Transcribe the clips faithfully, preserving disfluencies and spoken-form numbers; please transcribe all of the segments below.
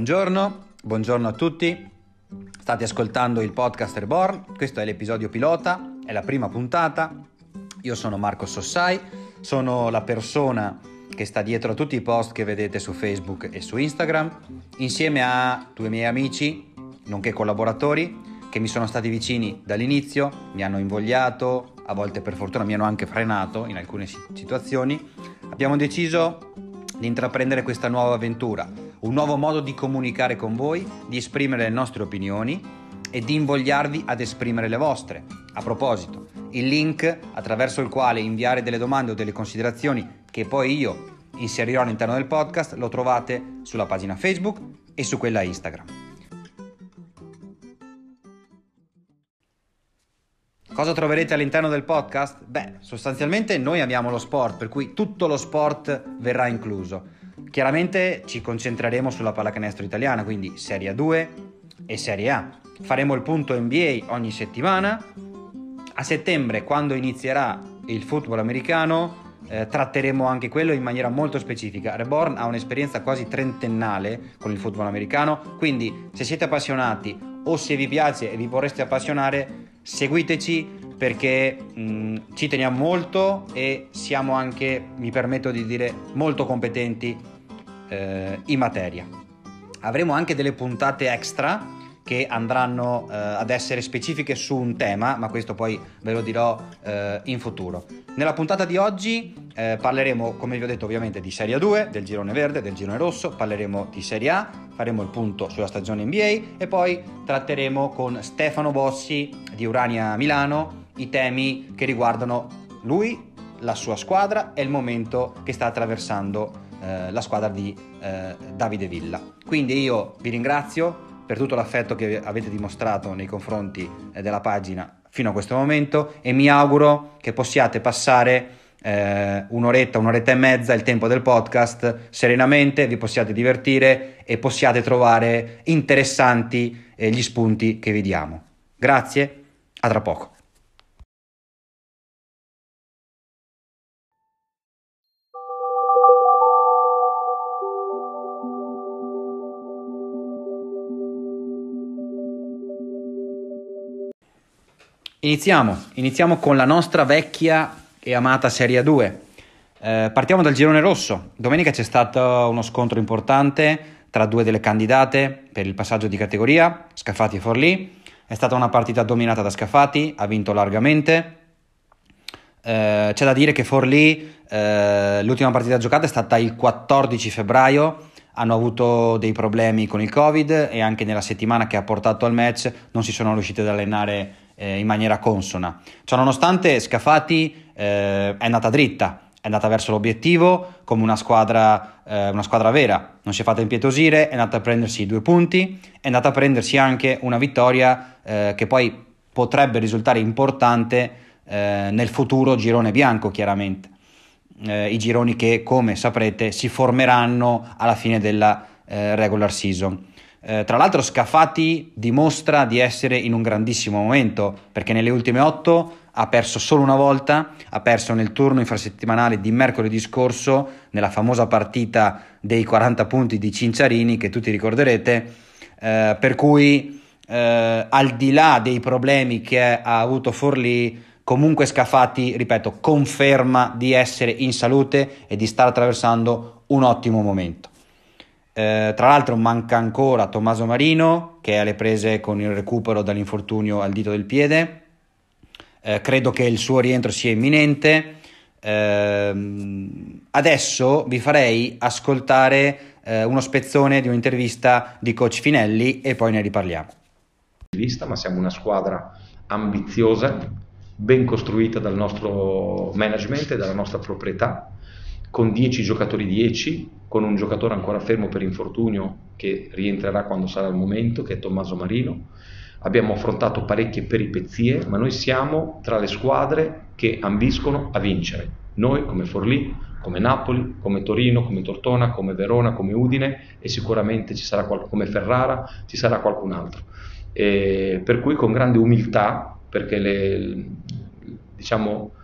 Buongiorno, buongiorno a tutti. State ascoltando il podcast Reborn. Questo è l'episodio pilota, è la prima puntata. Io sono Marco Sossai, sono la persona che sta dietro a tutti i post che vedete su Facebook e su Instagram, insieme a due miei amici, nonché collaboratori, che mi sono stati vicini dall'inizio, mi hanno invogliato, a volte per fortuna mi hanno anche frenato in alcune situazioni. Abbiamo deciso di intraprendere questa nuova avventura, un nuovo modo di comunicare con voi, di esprimere le nostre opinioni e di invogliarvi ad esprimere le vostre. A proposito, il link attraverso il quale inviare delle domande o delle considerazioni che poi io inserirò all'interno del podcast lo trovate sulla pagina Facebook e su quella Instagram. Cosa troverete all'interno del podcast? Beh, sostanzialmente noi amiamo lo sport, per cui tutto lo sport verrà incluso. Chiaramente ci concentreremo sulla pallacanestro italiana, quindi Serie A due e Serie A. Faremo il punto N B A ogni settimana. A settembre, quando inizierà il football americano, eh, tratteremo anche quello in maniera molto specifica. Reborn ha un'esperienza quasi trentennale con il football americano, quindi se siete appassionati o se vi piace e vi vorreste appassionare, seguiteci perché mh, ci teniamo molto e siamo anche, mi permetto di dire, molto competenti eh, in materia. Avremo anche delle puntate extra che andranno eh, ad essere specifiche su un tema, ma questo poi ve lo dirò eh, in futuro. Nella puntata di oggi eh, parleremo, come vi ho detto, ovviamente di Serie A due, del girone verde, del girone rosso, parleremo di Serie A, faremo il punto sulla stagione N B A e poi tratteremo con Stefano Bossi di Urania Milano i temi che riguardano lui, la sua squadra e il momento che sta attraversando eh, la squadra di eh, Davide Villa. Quindi io vi ringrazio per tutto l'affetto che avete dimostrato nei confronti eh, della pagina fino a questo momento e mi auguro che possiate passare eh, un'oretta, un'oretta e mezza, il tempo del podcast, serenamente, vi possiate divertire e possiate trovare interessanti eh, gli spunti che vi diamo. Grazie, a tra poco. Iniziamo, iniziamo con la nostra vecchia e amata Serie A due. Eh, partiamo dal girone rosso. Domenica c'è stato uno scontro importante tra due delle candidate per il passaggio di categoria, Scafati e Forlì. È stata una partita dominata da Scafati, ha vinto largamente. Eh, c'è da dire che Forlì, eh, l'ultima partita giocata è stata il quattordici febbraio, hanno avuto dei problemi con il Covid e anche nella settimana che ha portato al match non si sono riusciti ad allenare eh, in maniera consona. Ciononostante Scafati eh, è andata dritta, è andata verso l'obiettivo come una squadra, eh, una squadra vera, non si è fatta impietosire, è andata a prendersi i due punti, è andata a prendersi anche una vittoria eh, che poi potrebbe risultare importante eh, nel futuro girone bianco, chiaramente. Eh, i gironi che, come saprete, si formeranno alla fine della eh, regular season. Eh, tra l'altro Scafati dimostra di essere in un grandissimo momento, perché nelle ultime otto ha perso solo una volta, ha perso nel turno infrasettimanale di mercoledì scorso, nella famosa partita dei quaranta punti di Cinciarini che tutti ricorderete, eh, per cui eh, al di là dei problemi che ha avuto Forlì, comunque Scafati, ripeto, conferma di essere in salute e di stare attraversando un ottimo momento. Eh, tra l'altro manca ancora Tommaso Marino, che è alle prese con il recupero dall'infortunio al dito del piede. Eh, credo che il suo rientro sia imminente. Eh, adesso vi farei ascoltare eh, uno spezzone di un'intervista di coach Finelli e poi ne riparliamo. Ma siamo una squadra ambiziosa, ben costruita dal nostro management e dalla nostra proprietà, con dieci giocatori dieci, con un giocatore ancora fermo per infortunio che rientrerà quando sarà il momento, che è Tommaso Marino. Abbiamo affrontato parecchie peripezie, ma noi siamo tra le squadre che ambiscono a vincere. Noi come Forlì, come Napoli, come Torino, come Tortona, come Verona, come Udine e sicuramente ci sarà qual- come Ferrara, ci sarà qualcun altro. E per cui con grande umiltà, perché le, diciamo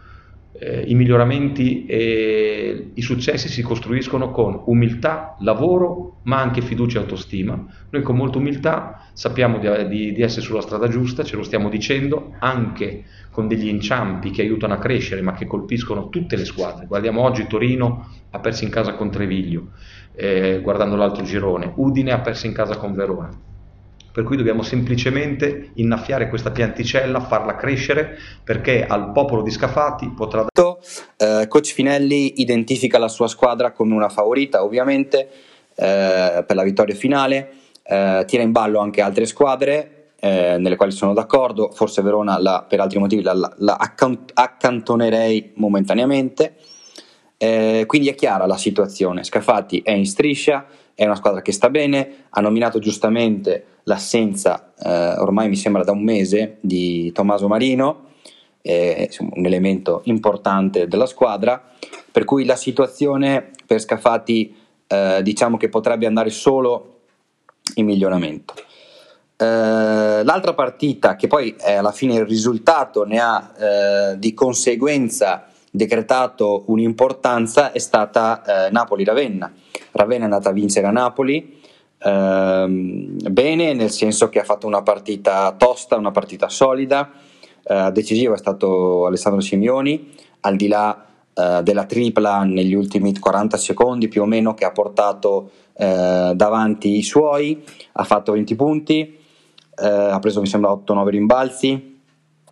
Eh, I miglioramenti e i successi si costruiscono con umiltà, lavoro, ma anche fiducia e autostima. Noi con molta umiltà sappiamo di, di, di essere sulla strada giusta, ce lo stiamo dicendo, anche con degli inciampi che aiutano a crescere, ma che colpiscono tutte le squadre. Guardiamo oggi Torino ha perso in casa con Treviglio, eh, guardando l'altro girone, Udine ha perso in casa con Verona. Per cui dobbiamo semplicemente innaffiare questa pianticella, farla crescere, perché al popolo di Scafati potrà... Eh, Coach Finelli identifica la sua squadra come una favorita, ovviamente, eh, per la vittoria finale, eh, tira in ballo anche altre squadre, eh, nelle quali sono d'accordo, forse Verona la, per altri motivi la, la, la accant- accantonerei momentaneamente, eh, quindi è chiara la situazione, Scafati è in striscia, è una squadra che sta bene, ha nominato giustamente l'assenza, eh, ormai mi sembra da un mese, di Tommaso Marino, eh, insomma, un elemento importante della squadra, per cui la situazione per Scafati eh, diciamo che potrebbe andare solo in miglioramento. Eh, l'altra partita, che poi è alla fine il risultato ne ha eh, di conseguenza decretato un'importanza, è stata eh, Napoli-Ravenna. Ravenna è andata a vincere a Napoli, ehm, bene, nel senso che ha fatto una partita tosta, una partita solida, eh, decisivo è stato Alessandro Simeoni, al di là eh, della tripla negli ultimi quaranta secondi più o meno che ha portato eh, davanti i suoi, ha fatto venti punti, eh, ha preso mi sembra otto nove rimbalzi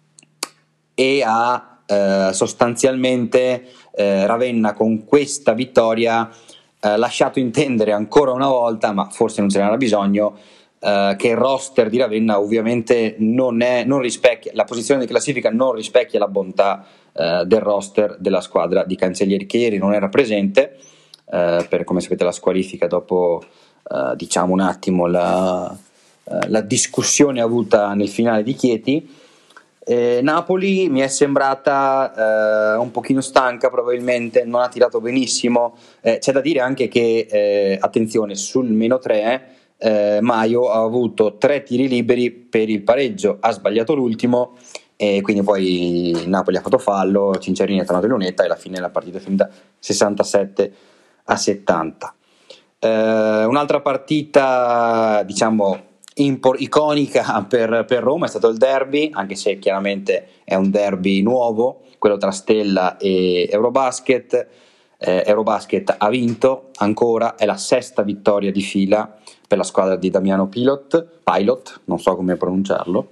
e ha eh, sostanzialmente eh, Ravenna con questa vittoria eh, lasciato intendere ancora una volta, ma forse non ce n'era bisogno, eh, che il roster di Ravenna ovviamente non, è, non rispecchia, la posizione di classifica non rispecchia la bontà eh, del roster della squadra di Cancellieri, che ieri non era presente eh, per, come sapete, la squalifica dopo eh, diciamo un attimo la, eh, la discussione avuta nel finale di Chieti. Eh, Napoli mi è sembrata eh, un pochino stanca, probabilmente non ha tirato benissimo, eh, c'è da dire anche che eh, attenzione, sul meno tre eh, Maio ha avuto tre tiri liberi per il pareggio, ha sbagliato l'ultimo e quindi poi Napoli ha fatto fallo, Cincerini ha tornato in lunetta e alla fine la partita è finita sessantasette a settanta. Eh, un'altra partita diciamo Impor- iconica per, per Roma è stato il derby, anche se chiaramente è un derby nuovo, quello tra Stella e Eurobasket. eh, Eurobasket ha vinto ancora, è la sesta vittoria di fila per la squadra di Damiano Pilot, Pilot non so come pronunciarlo,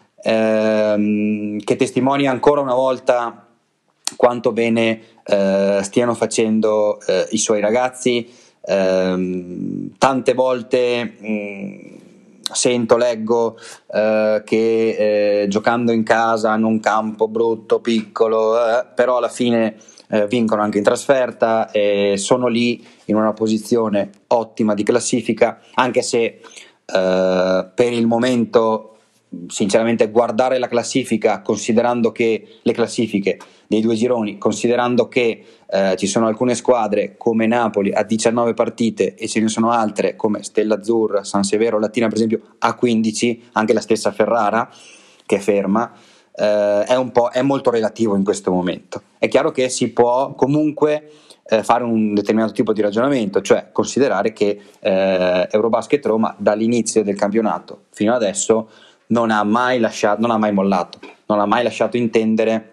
ehm, che testimonia ancora una volta quanto bene eh, stiano facendo eh, i suoi ragazzi. ehm, tante volte mh, sento, leggo eh, che eh, giocando in casa hanno un campo brutto, piccolo, eh, però alla fine eh, vincono anche in trasferta e sono lì in una posizione ottima di classifica, anche se eh, per il momento sinceramente guardare la classifica, considerando che le classifiche dei due gironi, considerando che eh, ci sono alcune squadre come Napoli a diciannove partite e ce ne sono altre come Stella Azzurra, San Severo, Latina per esempio a quindici, anche la stessa Ferrara che è ferma, eh, è, un po', è molto relativo in questo momento. È chiaro che si può comunque eh, fare un determinato tipo di ragionamento, cioè considerare che eh, Eurobasket Roma dall'inizio del campionato fino adesso non ha mai lasciato, non ha mai mollato, non ha mai lasciato intendere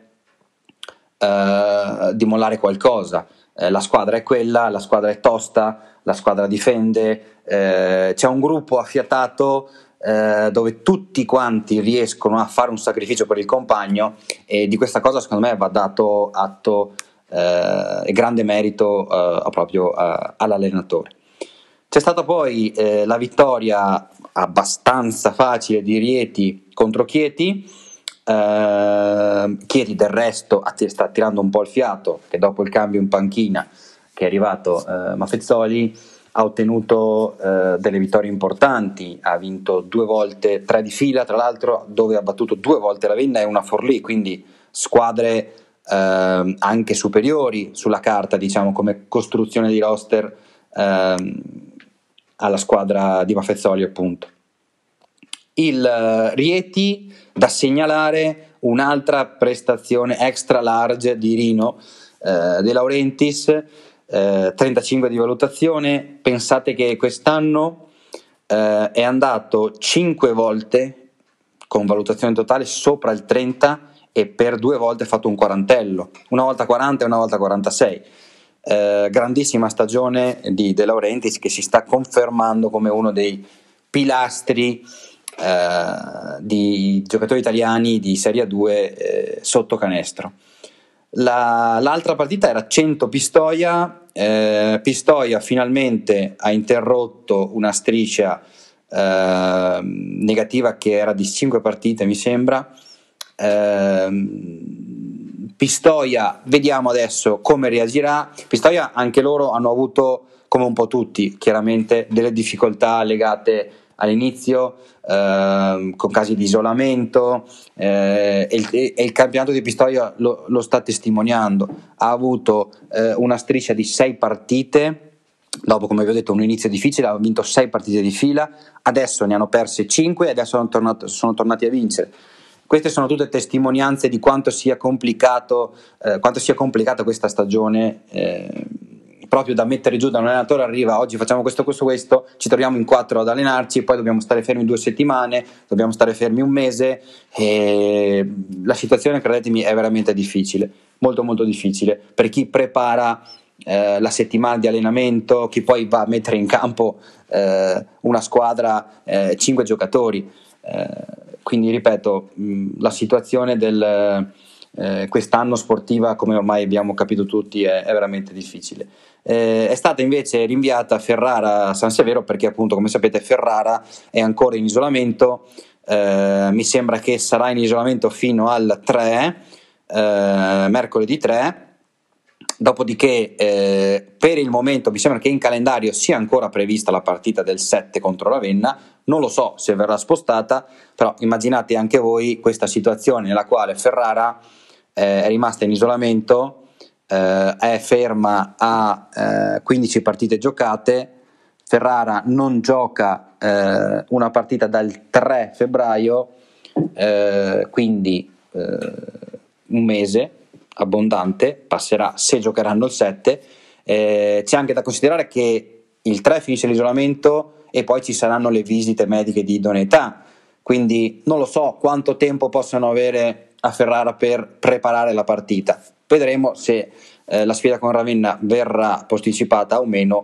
eh, di mollare qualcosa. Eh, la squadra è quella, la squadra è tosta, la squadra difende, eh, c'è un gruppo affiatato eh, dove tutti quanti riescono a fare un sacrificio per il compagno e di questa cosa secondo me va dato atto eh, e grande merito eh, proprio eh, all'allenatore. C'è stata poi eh, la vittoria abbastanza facile di Rieti contro Chieti. eh, Chieti del resto sta tirando un po' il fiato, che dopo il cambio in panchina che è arrivato eh, Maffezzoli ha ottenuto eh, delle vittorie importanti, ha vinto due volte, tre di fila tra l'altro, dove ha battuto due volte Ravenna e una Forlì, quindi squadre eh, anche superiori sulla carta, diciamo, come costruzione di roster eh, alla squadra di Maffezzoli appunto. Il uh, Rieti da segnalare un'altra prestazione extra large di Rino eh, De Laurentiis, eh, trentacinque di valutazione. Pensate che quest'anno eh, è andato cinque volte con valutazione totale sopra il trenta e per due volte ha fatto un quarantello, una volta quaranta e una volta quarantasei. Eh, grandissima stagione di De Laurentiis, che si sta confermando come uno dei pilastri eh, di giocatori italiani di Serie due eh, sotto canestro. La, l'altra partita era Cento-Pistoia. eh, Pistoia finalmente ha interrotto una striscia eh, negativa che era di cinque partite, mi sembra. eh, Pistoia, vediamo adesso come reagirà. Pistoia, anche loro hanno avuto, come un po' tutti, chiaramente delle difficoltà legate all'inizio, eh, con casi di isolamento, eh, e, il, e il campionato di Pistoia lo, lo sta testimoniando. Ha avuto eh, una striscia di sei partite, dopo, come vi ho detto, un inizio difficile, ha vinto sei partite di fila, adesso ne hanno perse cinque e adesso sono, tornato, sono tornati a vincere. Queste sono tutte testimonianze di quanto sia complicato, eh, quanto sia complicata questa stagione, eh, proprio da mettere giù da un allenatore. Arriva, oggi facciamo questo, questo, questo, ci troviamo in quattro ad allenarci, poi dobbiamo stare fermi due settimane, dobbiamo stare fermi un mese, e la situazione, credetemi, è veramente difficile, molto molto difficile, per chi prepara eh, la settimana di allenamento, chi poi va a mettere in campo eh, una squadra, eh, cinque giocatori. Eh, quindi ripeto, mh, la situazione del eh, quest'anno sportiva, come ormai abbiamo capito tutti, è, è veramente difficile. Eh, è stata invece rinviata Ferrara San Severo, perché appunto, come sapete, Ferrara è ancora in isolamento. Eh, mi sembra che sarà in isolamento fino al tre, eh, mercoledì tre. Dopodiché eh, per il momento mi sembra che in calendario sia ancora prevista la partita del sette contro Ravenna. Non lo so se verrà spostata, però immaginate anche voi questa situazione nella quale Ferrara eh, è rimasta in isolamento, eh, è ferma a eh, quindici partite giocate. Ferrara non gioca eh, una partita dal tre febbraio, eh, quindi eh, un mese abbondante passerà se giocheranno il sette. Eh, c'è anche da considerare che il tre finisce l'isolamento e poi ci saranno le visite mediche di idoneità, quindi non lo so quanto tempo possano avere a Ferrara per preparare la partita. Vedremo se eh, la sfida con Ravenna verrà posticipata o meno,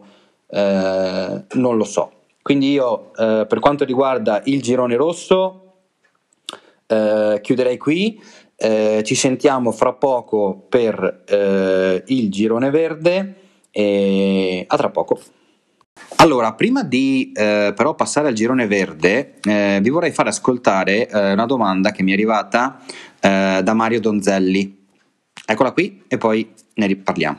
eh, non lo so. Quindi io eh, per quanto riguarda il girone rosso eh, chiuderei qui. Eh, ci sentiamo fra poco per eh, il girone verde e a tra poco. Allora, prima di eh, però passare al girone verde, eh, vi vorrei fare ascoltare eh, una domanda che mi è arrivata eh, da Mario Donzelli. Eccola qui e poi ne riparliamo.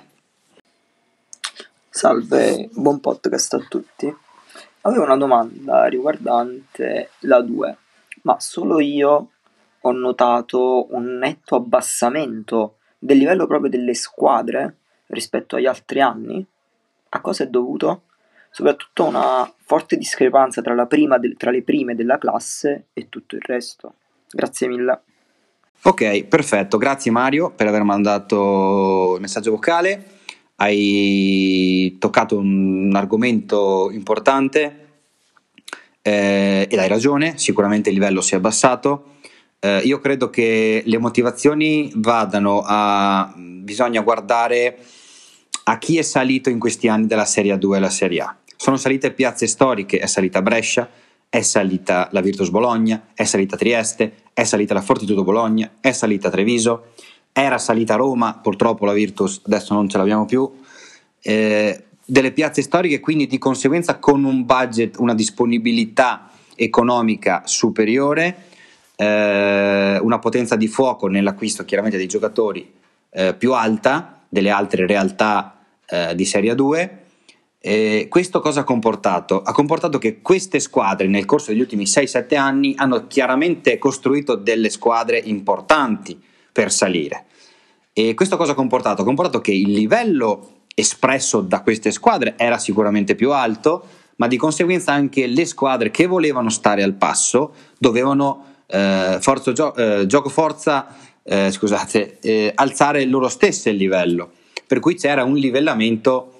Salve, buon podcast a tutti. Avevo una domanda riguardante la due, ma solo io ho notato un netto abbassamento del livello proprio delle squadre rispetto agli altri anni. A cosa è dovuto? Soprattutto una forte discrepanza tra, la prima del, tra le prime della classe e tutto il resto. Grazie mille. Ok, perfetto, grazie Mario per aver mandato il messaggio vocale. Hai toccato un argomento importante eh, ed hai ragione, sicuramente il livello si è abbassato. Eh, io credo che le motivazioni vadano a... bisogna guardare a chi è salito in questi anni dalla Serie due alla Serie A. Sono salite piazze storiche, è salita Brescia, è salita la Virtus Bologna, è salita Trieste, è salita la Fortitudo Bologna, è salita Treviso, era salita Roma, purtroppo la Virtus adesso non ce l'abbiamo più. Eh, delle piazze storiche, quindi di conseguenza con un budget, una disponibilità economica superiore, eh, una potenza di fuoco nell'acquisto chiaramente dei giocatori eh, più alta delle altre realtà eh, di Serie due. Eh, questo cosa ha comportato? Ha comportato che queste squadre nel corso degli ultimi sei sette anni hanno chiaramente costruito delle squadre importanti per salire. E questo cosa ha comportato? Ha comportato che il livello espresso da queste squadre era sicuramente più alto, ma di conseguenza anche le squadre che volevano stare al passo dovevano eh, forza, gio- eh, gioco forza, eh, scusate, eh, alzare loro stesse il livello, per cui c'era un livellamento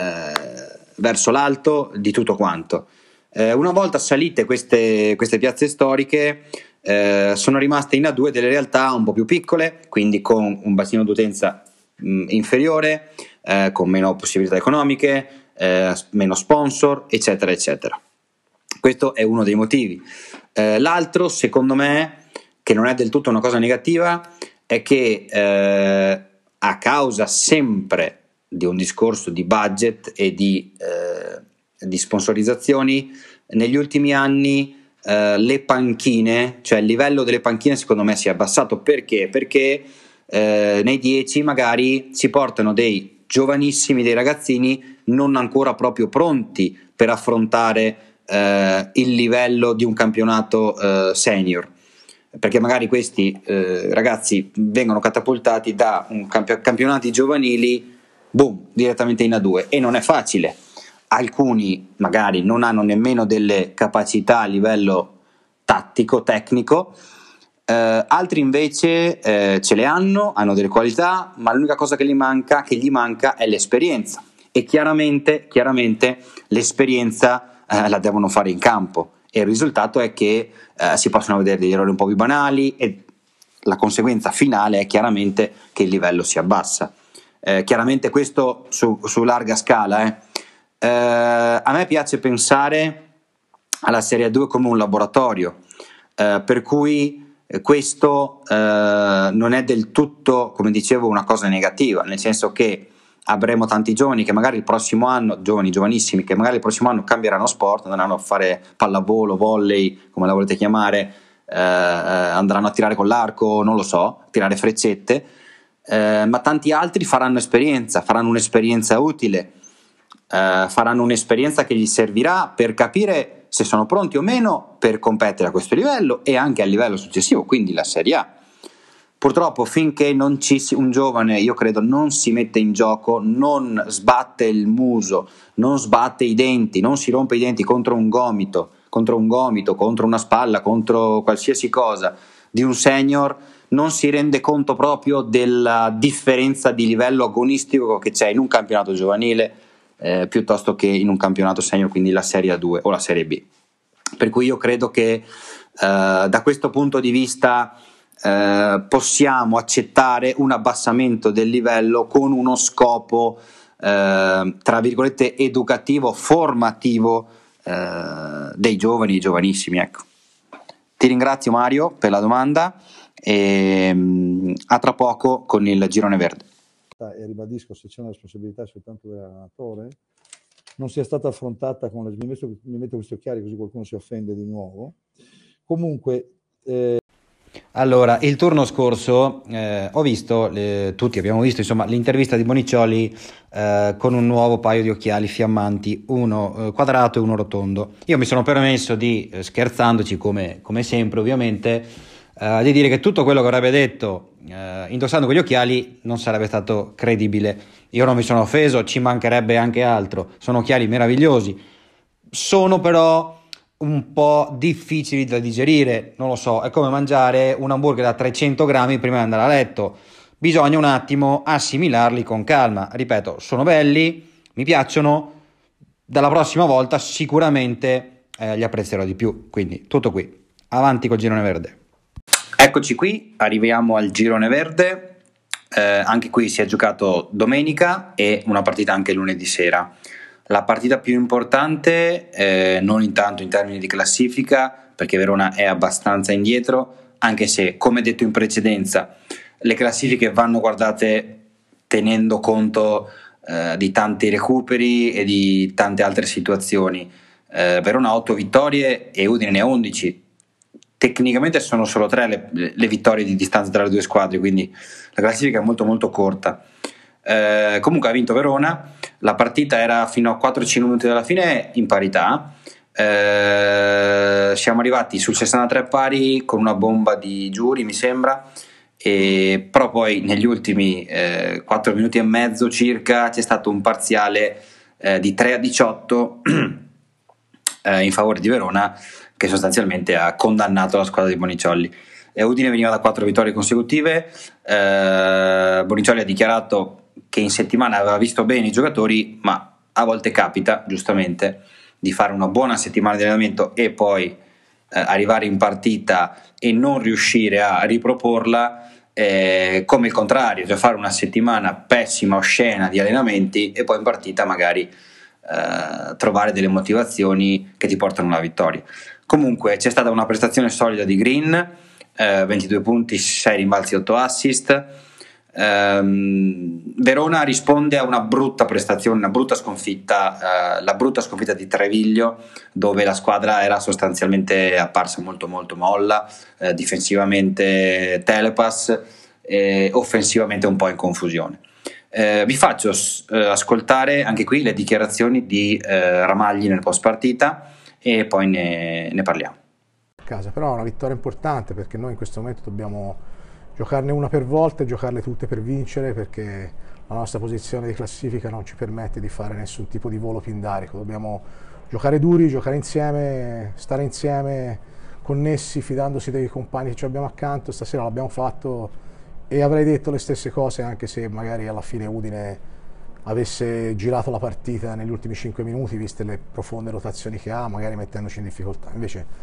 eh, verso l'alto di tutto quanto. Eh, una volta salite queste, queste piazze storiche, eh, sono rimaste in A due delle realtà un po' più piccole, quindi con un bacino d'utenza mh, inferiore, eh, con meno possibilità economiche, eh, meno sponsor, eccetera, eccetera. Questo è uno dei motivi. Eh, l'altro, secondo me, che non è del tutto una cosa negativa, è che eh, a causa sempre di un discorso di budget e di, eh, di sponsorizzazioni, negli ultimi anni eh, le panchine, cioè il livello delle panchine secondo me si è abbassato. Perché? Perché eh, nei dieci magari si portano dei giovanissimi, dei ragazzini non ancora proprio pronti per affrontare eh, il livello di un campionato eh, senior, perché magari questi eh, ragazzi vengono catapultati da un camp- campionati giovanili, boom, direttamente in A due, e non è facile. Alcuni magari non hanno nemmeno delle capacità a livello tattico, tecnico, eh, altri invece eh, ce le hanno, hanno delle qualità, ma l'unica cosa che gli manca, che gli manca è l'esperienza, e chiaramente, chiaramente l'esperienza eh, la devono fare in campo, e il risultato è che eh, si possono vedere degli errori un po' più banali, e la conseguenza finale è chiaramente che il livello si abbassa. Eh, chiaramente questo su, su larga scala. Eh. Eh, a me piace pensare alla Serie A due come un laboratorio, eh, per cui eh, questo eh, non è del tutto, come dicevo, una cosa negativa, nel senso che avremo tanti giovani che magari il prossimo anno, giovani giovanissimi, che magari il prossimo anno cambieranno sport, andranno a fare pallavolo, volley, come la volete chiamare, eh, andranno a tirare con l'arco, non lo so, tirare freccette, eh, ma tanti altri faranno esperienza, faranno un'esperienza utile, eh, faranno un'esperienza che gli servirà per capire se sono pronti o meno per competere a questo livello e anche a livello successivo, quindi la Serie A. Purtroppo finché non ci si, un giovane, io credo, non si mette in gioco, non sbatte il muso, non sbatte i denti, non si rompe i denti contro un gomito, contro un gomito, contro una spalla, contro qualsiasi cosa di un senior, non si rende conto proprio della differenza di livello agonistico che c'è in un campionato giovanile eh, piuttosto che in un campionato senior, quindi la Serie A due o la Serie B. Per cui io credo che eh, da questo punto di vista Eh, possiamo accettare un abbassamento del livello con uno scopo eh, tra virgolette educativo, formativo eh, dei giovani e giovanissimi, ecco. Ti ringrazio Mario per la domanda e mh, a tra poco con il girone verde. E ribadisco, se c'è una responsabilità soltanto dell'allenatore, non sia stata affrontata con le... mi metto, mi metto questi occhiali così qualcuno si offende di nuovo. Comunque eh... Allora, il turno scorso eh, ho visto, eh, tutti abbiamo visto insomma l'intervista di Boniccioli eh, con un nuovo paio di occhiali fiammanti, uno eh, quadrato e uno rotondo. Io mi sono permesso di, eh, scherzandoci come, come sempre ovviamente, eh, di dire che tutto quello che avrebbe detto eh, indossando quegli occhiali non sarebbe stato credibile. Io non mi sono offeso, ci mancherebbe anche altro, sono occhiali meravigliosi, sono però un po' difficili da digerire, non lo so, è come mangiare un hamburger da trecento grammi prima di andare a letto, bisogna un attimo assimilarli con calma. Ripeto, sono belli, mi piacciono, dalla prossima volta sicuramente eh, li apprezzerò di più, quindi tutto qui, avanti col girone verde. Eccoci qui, arriviamo al girone verde, eh, anche qui si è giocato domenica e una partita anche lunedì sera. La partita più importante, eh, non intanto in termini di classifica, perché Verona è abbastanza indietro, anche se, come detto in precedenza, le classifiche vanno guardate tenendo conto eh, di tanti recuperi e di tante altre situazioni. Eh, Verona ha otto vittorie e Udine ne ha undici. Tecnicamente sono solo tre le, le vittorie di distanza tra le due squadre, quindi la classifica è molto molto corta. Eh, comunque ha vinto Verona, la partita era fino a quattro cinque minuti dalla fine in parità, eh, siamo arrivati sul sessantatré pari con una bomba di Giuri mi sembra, e però poi negli ultimi eh, quattro minuti e mezzo circa c'è stato un parziale eh, di tre a diciotto eh, in favore di Verona, che sostanzialmente ha condannato la squadra di Boniciolli. E Udine veniva da quattro vittorie consecutive, eh, Boniciolli ha dichiarato che in settimana aveva visto bene i giocatori, ma a volte capita, giustamente, di fare una buona settimana di allenamento e poi eh, arrivare in partita e non riuscire a riproporla, eh, come il contrario, cioè fare una settimana pessima, oscena di allenamenti e poi in partita magari eh, trovare delle motivazioni che ti portano alla vittoria. Comunque c'è stata una prestazione solida di Green, eh, ventidue punti, sei rimbalzi, otto assist. Um, Verona risponde a una brutta prestazione, una brutta sconfitta, uh, la brutta sconfitta di Treviglio, dove la squadra era sostanzialmente apparsa molto molto molla, uh, difensivamente telepass e offensivamente un po' in confusione. Uh, vi faccio uh, ascoltare anche qui le dichiarazioni di uh, Ramagli nel post partita e poi ne, ne parliamo. Casa, però è una vittoria importante perché noi in questo momento dobbiamo giocarne una per volta e giocarle tutte per vincere, perché la nostra posizione di classifica non ci permette di fare nessun tipo di volo pindarico. Dobbiamo giocare duri, giocare insieme, stare insieme, connessi, fidandosi dei compagni che ci abbiamo accanto. Stasera l'abbiamo fatto e avrei detto le stesse cose anche se magari alla fine Udine avesse girato la partita negli ultimi cinque minuti, viste le profonde rotazioni che ha, magari mettendoci in difficoltà. Invece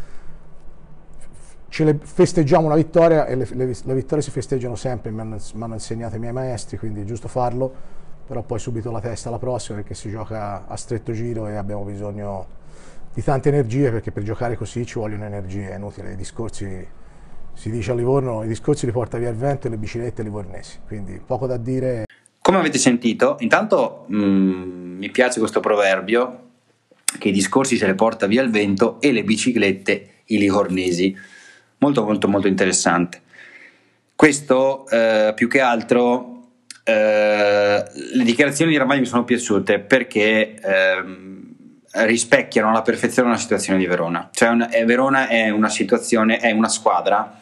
ce le festeggiamo una vittoria e le, le, le vittorie si festeggiano sempre, mi hanno, mi hanno insegnato i miei maestri, quindi è giusto farlo, però poi subito la testa alla prossima perché si gioca a stretto giro e abbiamo bisogno di tante energie, perché per giocare così ci vogliono energie, è inutile, i discorsi, si dice a Livorno, i discorsi li porta via il vento e le biciclette livornesi, quindi poco da dire. Come avete sentito, intanto mh, mi piace questo proverbio che i discorsi se le porta via il vento e le biciclette i livornesi. Molto molto molto interessante. Questo eh, più che altro eh, le dichiarazioni di Ramagli mi sono piaciute perché eh, rispecchiano alla perfezione la situazione di Verona. Cioè un, è, Verona è una situazione, è una squadra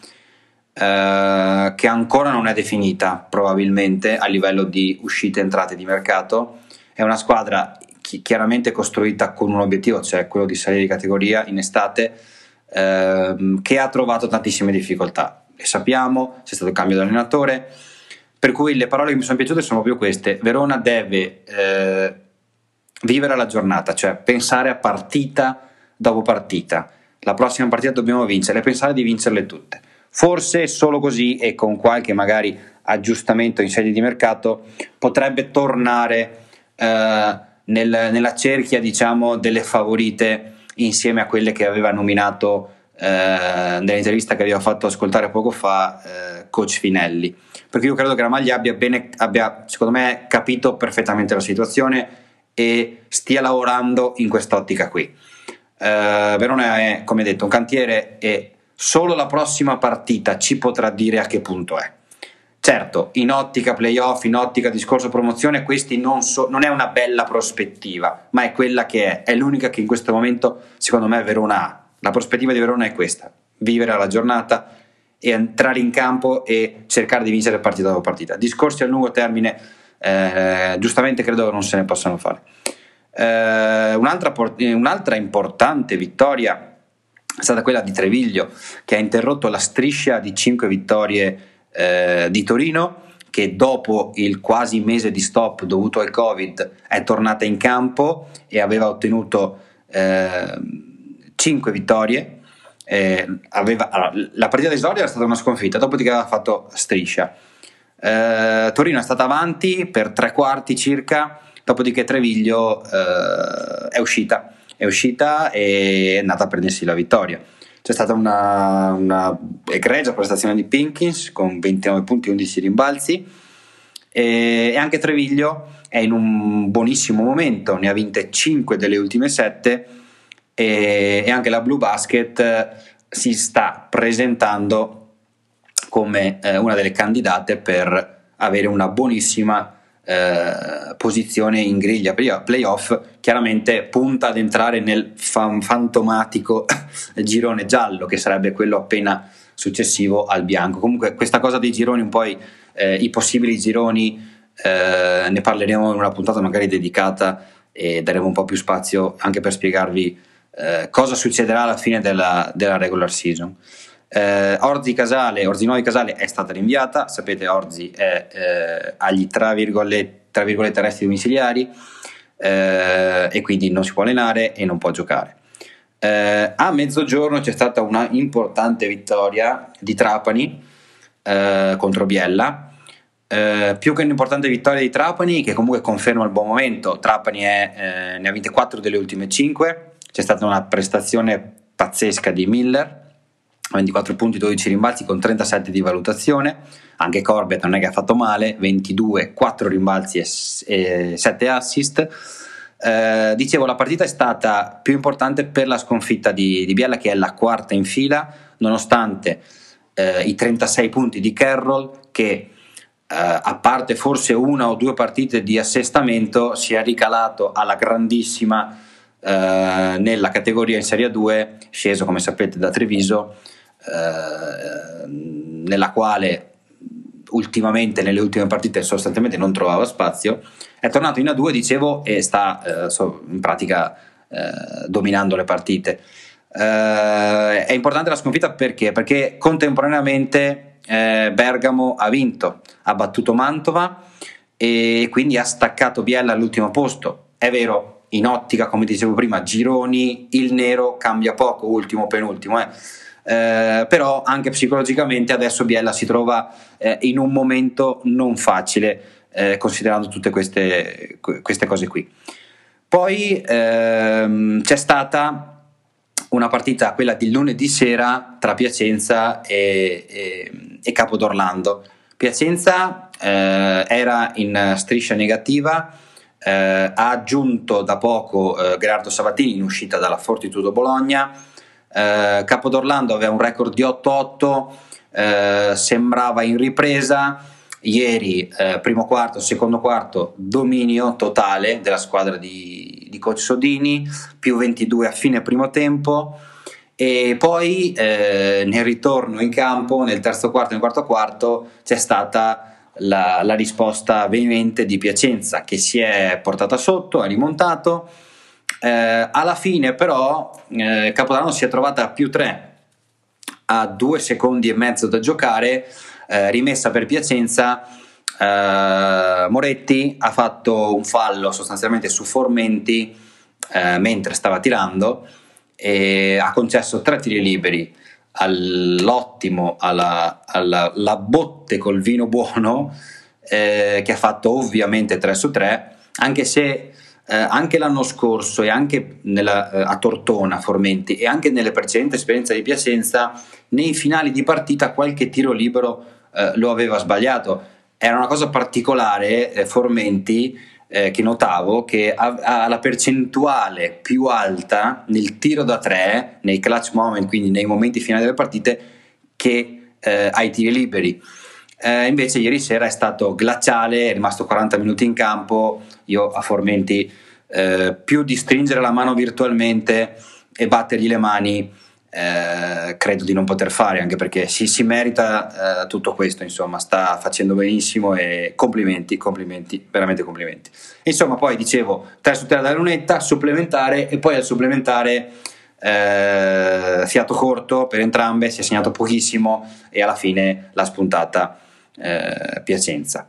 eh, che ancora non è definita probabilmente a livello di uscite e entrate di mercato. È una squadra chi, chiaramente costruita con un obiettivo, cioè quello di salire di categoria in estate, Ehm, che ha trovato tantissime difficoltà, le sappiamo, c'è stato il cambio di allenatore, per cui le parole che mi sono piaciute sono proprio queste: Verona deve eh, vivere la giornata, cioè pensare a partita dopo partita, la prossima partita dobbiamo vincere e pensare di vincerle tutte. Forse solo così e con qualche magari aggiustamento in sede di mercato potrebbe tornare eh, nel, nella cerchia, diciamo, delle favorite, insieme a quelle che aveva nominato eh, nell'intervista che aveva fatto ascoltare poco fa eh, coach Finelli, perché io credo che Ramagli abbia, bene, abbia secondo me capito perfettamente la situazione e stia lavorando in quest'ottica qui. eh, Verona è, come detto, un cantiere e solo la prossima partita ci potrà dire a che punto è. Certo, in ottica playoff, in ottica discorso promozione, questi non, so, non è una bella prospettiva, ma è quella che è, è l'unica che in questo momento secondo me Verona ha. La prospettiva di Verona è questa: vivere alla giornata e entrare in campo e cercare di vincere partita dopo partita. Discorsi a lungo termine eh, giustamente credo che non se ne possano fare. Eh, un'altra, un'altra importante vittoria è stata quella di Treviglio, che ha interrotto la striscia di cinque vittorie Eh, di Torino, che dopo il quasi mese di stop dovuto al Covid è tornata in campo e aveva ottenuto eh, cinque vittorie. Eh, aveva, allora, la partita di esordio era stata una sconfitta, dopodiché aveva fatto striscia. Eh, Torino è stata avanti per tre quarti circa, dopodiché Treviglio eh, è uscita, è uscita e è andata a prendersi la vittoria. C'è stata una, una egregia prestazione di Pinkins con ventinove punti e undici rimbalzi e, e anche Treviglio è in un buonissimo momento, ne ha vinte cinque delle ultime sette e, e anche la Blue Basket si sta presentando come eh, una delle candidate per avere una buonissima Eh, posizione in griglia playoff. Chiaramente punta ad entrare nel fan- fantomatico girone giallo, che sarebbe quello appena successivo al bianco. Comunque questa cosa dei gironi, un po' i, eh, i possibili gironi, eh, ne parleremo in una puntata magari dedicata e daremo un po' più spazio anche per spiegarvi eh, cosa succederà alla fine della, della regular season. Eh, Orzi Casale, Orzi Nuovi Casale è stata rinviata, sapete Orzi è eh, agli tra virgolette, tra virgolette arresti domiciliari, eh, e quindi non si può allenare e non può giocare. Eh, a mezzogiorno c'è stata una importante vittoria di Trapani eh, contro Biella, eh, più che un'importante vittoria di Trapani, che comunque conferma il buon momento. Trapani è, eh, ne ha vinte quattro delle ultime cinque, c'è stata una prestazione pazzesca di Miller, ventiquattro punti, dodici rimbalzi con trentasette di valutazione. Anche Corbett non è che ha fatto male, ventidue, quattro rimbalzi e, e sette assist. Eh, dicevo, la partita è stata più importante per la sconfitta di, di Biella, che è la quarta in fila, nonostante eh, i trentasei punti di Carroll, che eh, a parte forse una o due partite di assestamento si è ricalato alla grandissima eh, nella categoria in Serie due, sceso come sapete da Treviso, eh, nella quale ultimamente nelle ultime partite sostanzialmente non trovava spazio. È tornato in A due, dicevo, e sta eh, so, in pratica eh, dominando le partite. Eh, è importante la sconfitta perché? Perché contemporaneamente eh, Bergamo ha vinto, ha battuto Mantova e quindi ha staccato Biella all'ultimo posto. È vero, in ottica, come dicevo prima, gironi, il nero cambia poco, ultimo penultimo, eh. Eh, però anche psicologicamente adesso Biella si trova eh, in un momento non facile, eh, considerando tutte queste, queste cose qui. Poi ehm, c'è stata una partita, quella di lunedì sera, tra Piacenza e, e, e Capodorlando. Piacenza eh, era in striscia negativa, eh, ha aggiunto da poco eh, Gerardo Sabatini in uscita dalla Fortitudo Bologna. Eh, Capodorlando aveva un record di otto otto, eh, sembrava in ripresa. Ieri eh, primo quarto, secondo quarto, dominio totale della squadra di, di coach Sodini, più ventidue a fine primo tempo, e poi eh, nel ritorno in campo nel terzo quarto e nel quarto quarto c'è stata la, la risposta veemente di Piacenza, che si è portata sotto, ha rimontato. Eh, alla fine però eh, Capodorlando si è trovata a più tre a due secondi e mezzo da giocare, eh, rimessa per Piacenza. eh, Moretti ha fatto un fallo sostanzialmente su Formenti eh, mentre stava tirando e ha concesso tre tiri liberi all'ottimo, alla, alla la botte col vino buono, eh, che ha fatto ovviamente tre su tre, anche se Eh, anche l'anno scorso e anche nella, eh, a Tortona, Formenti, e anche nelle precedenti esperienze di Piacenza, nei finali di partita qualche tiro libero eh, lo aveva sbagliato. Era una cosa particolare, eh, Formenti, eh, che notavo, che ha, ha la percentuale più alta nel tiro da tre, nei clutch moment, quindi nei momenti finali delle partite, che eh, ai tiri liberi. Eh, invece ieri sera è stato glaciale, è rimasto quaranta minuti in campo. Io a Formenti eh, più di stringere la mano virtualmente e battergli le mani eh, credo di non poter fare, anche perché si, si merita eh, tutto questo, insomma sta facendo benissimo e complimenti, complimenti, veramente complimenti. Insomma, poi dicevo tre su tre da lunetta, supplementare, e poi al supplementare eh, fiato corto per entrambe, si è segnato pochissimo e alla fine l'ha spuntata eh, Piacenza.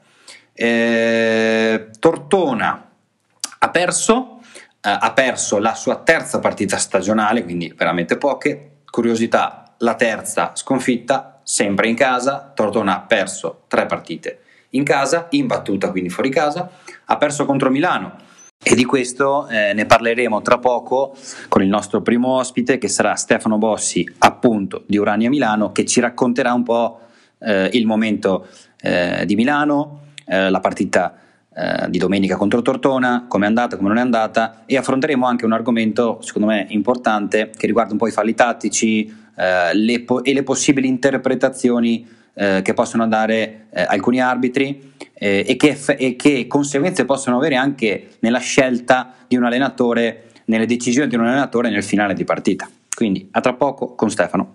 Eh, Tortona ha perso, eh, ha perso la sua terza partita stagionale, quindi veramente poche. Curiosità, la terza sconfitta sempre in casa. Tortona ha perso tre partite in casa, imbattuta quindi fuori casa, ha perso contro Milano, e di questo eh, ne parleremo tra poco con il nostro primo ospite, che sarà Stefano Bossi, appunto di Urania Milano, che ci racconterà un po' eh, il momento eh, di Milano, Eh, la partita eh, di domenica contro Tortona, come è andata, come non è andata, e affronteremo anche un argomento secondo me importante che riguarda un po' i falli tattici eh, le po- e le possibili interpretazioni eh, che possono dare eh, alcuni arbitri eh, e, che eff- e che conseguenze possono avere anche nella scelta di un allenatore, nelle decisioni di un allenatore nel finale di partita. Quindi a tra poco con Stefano.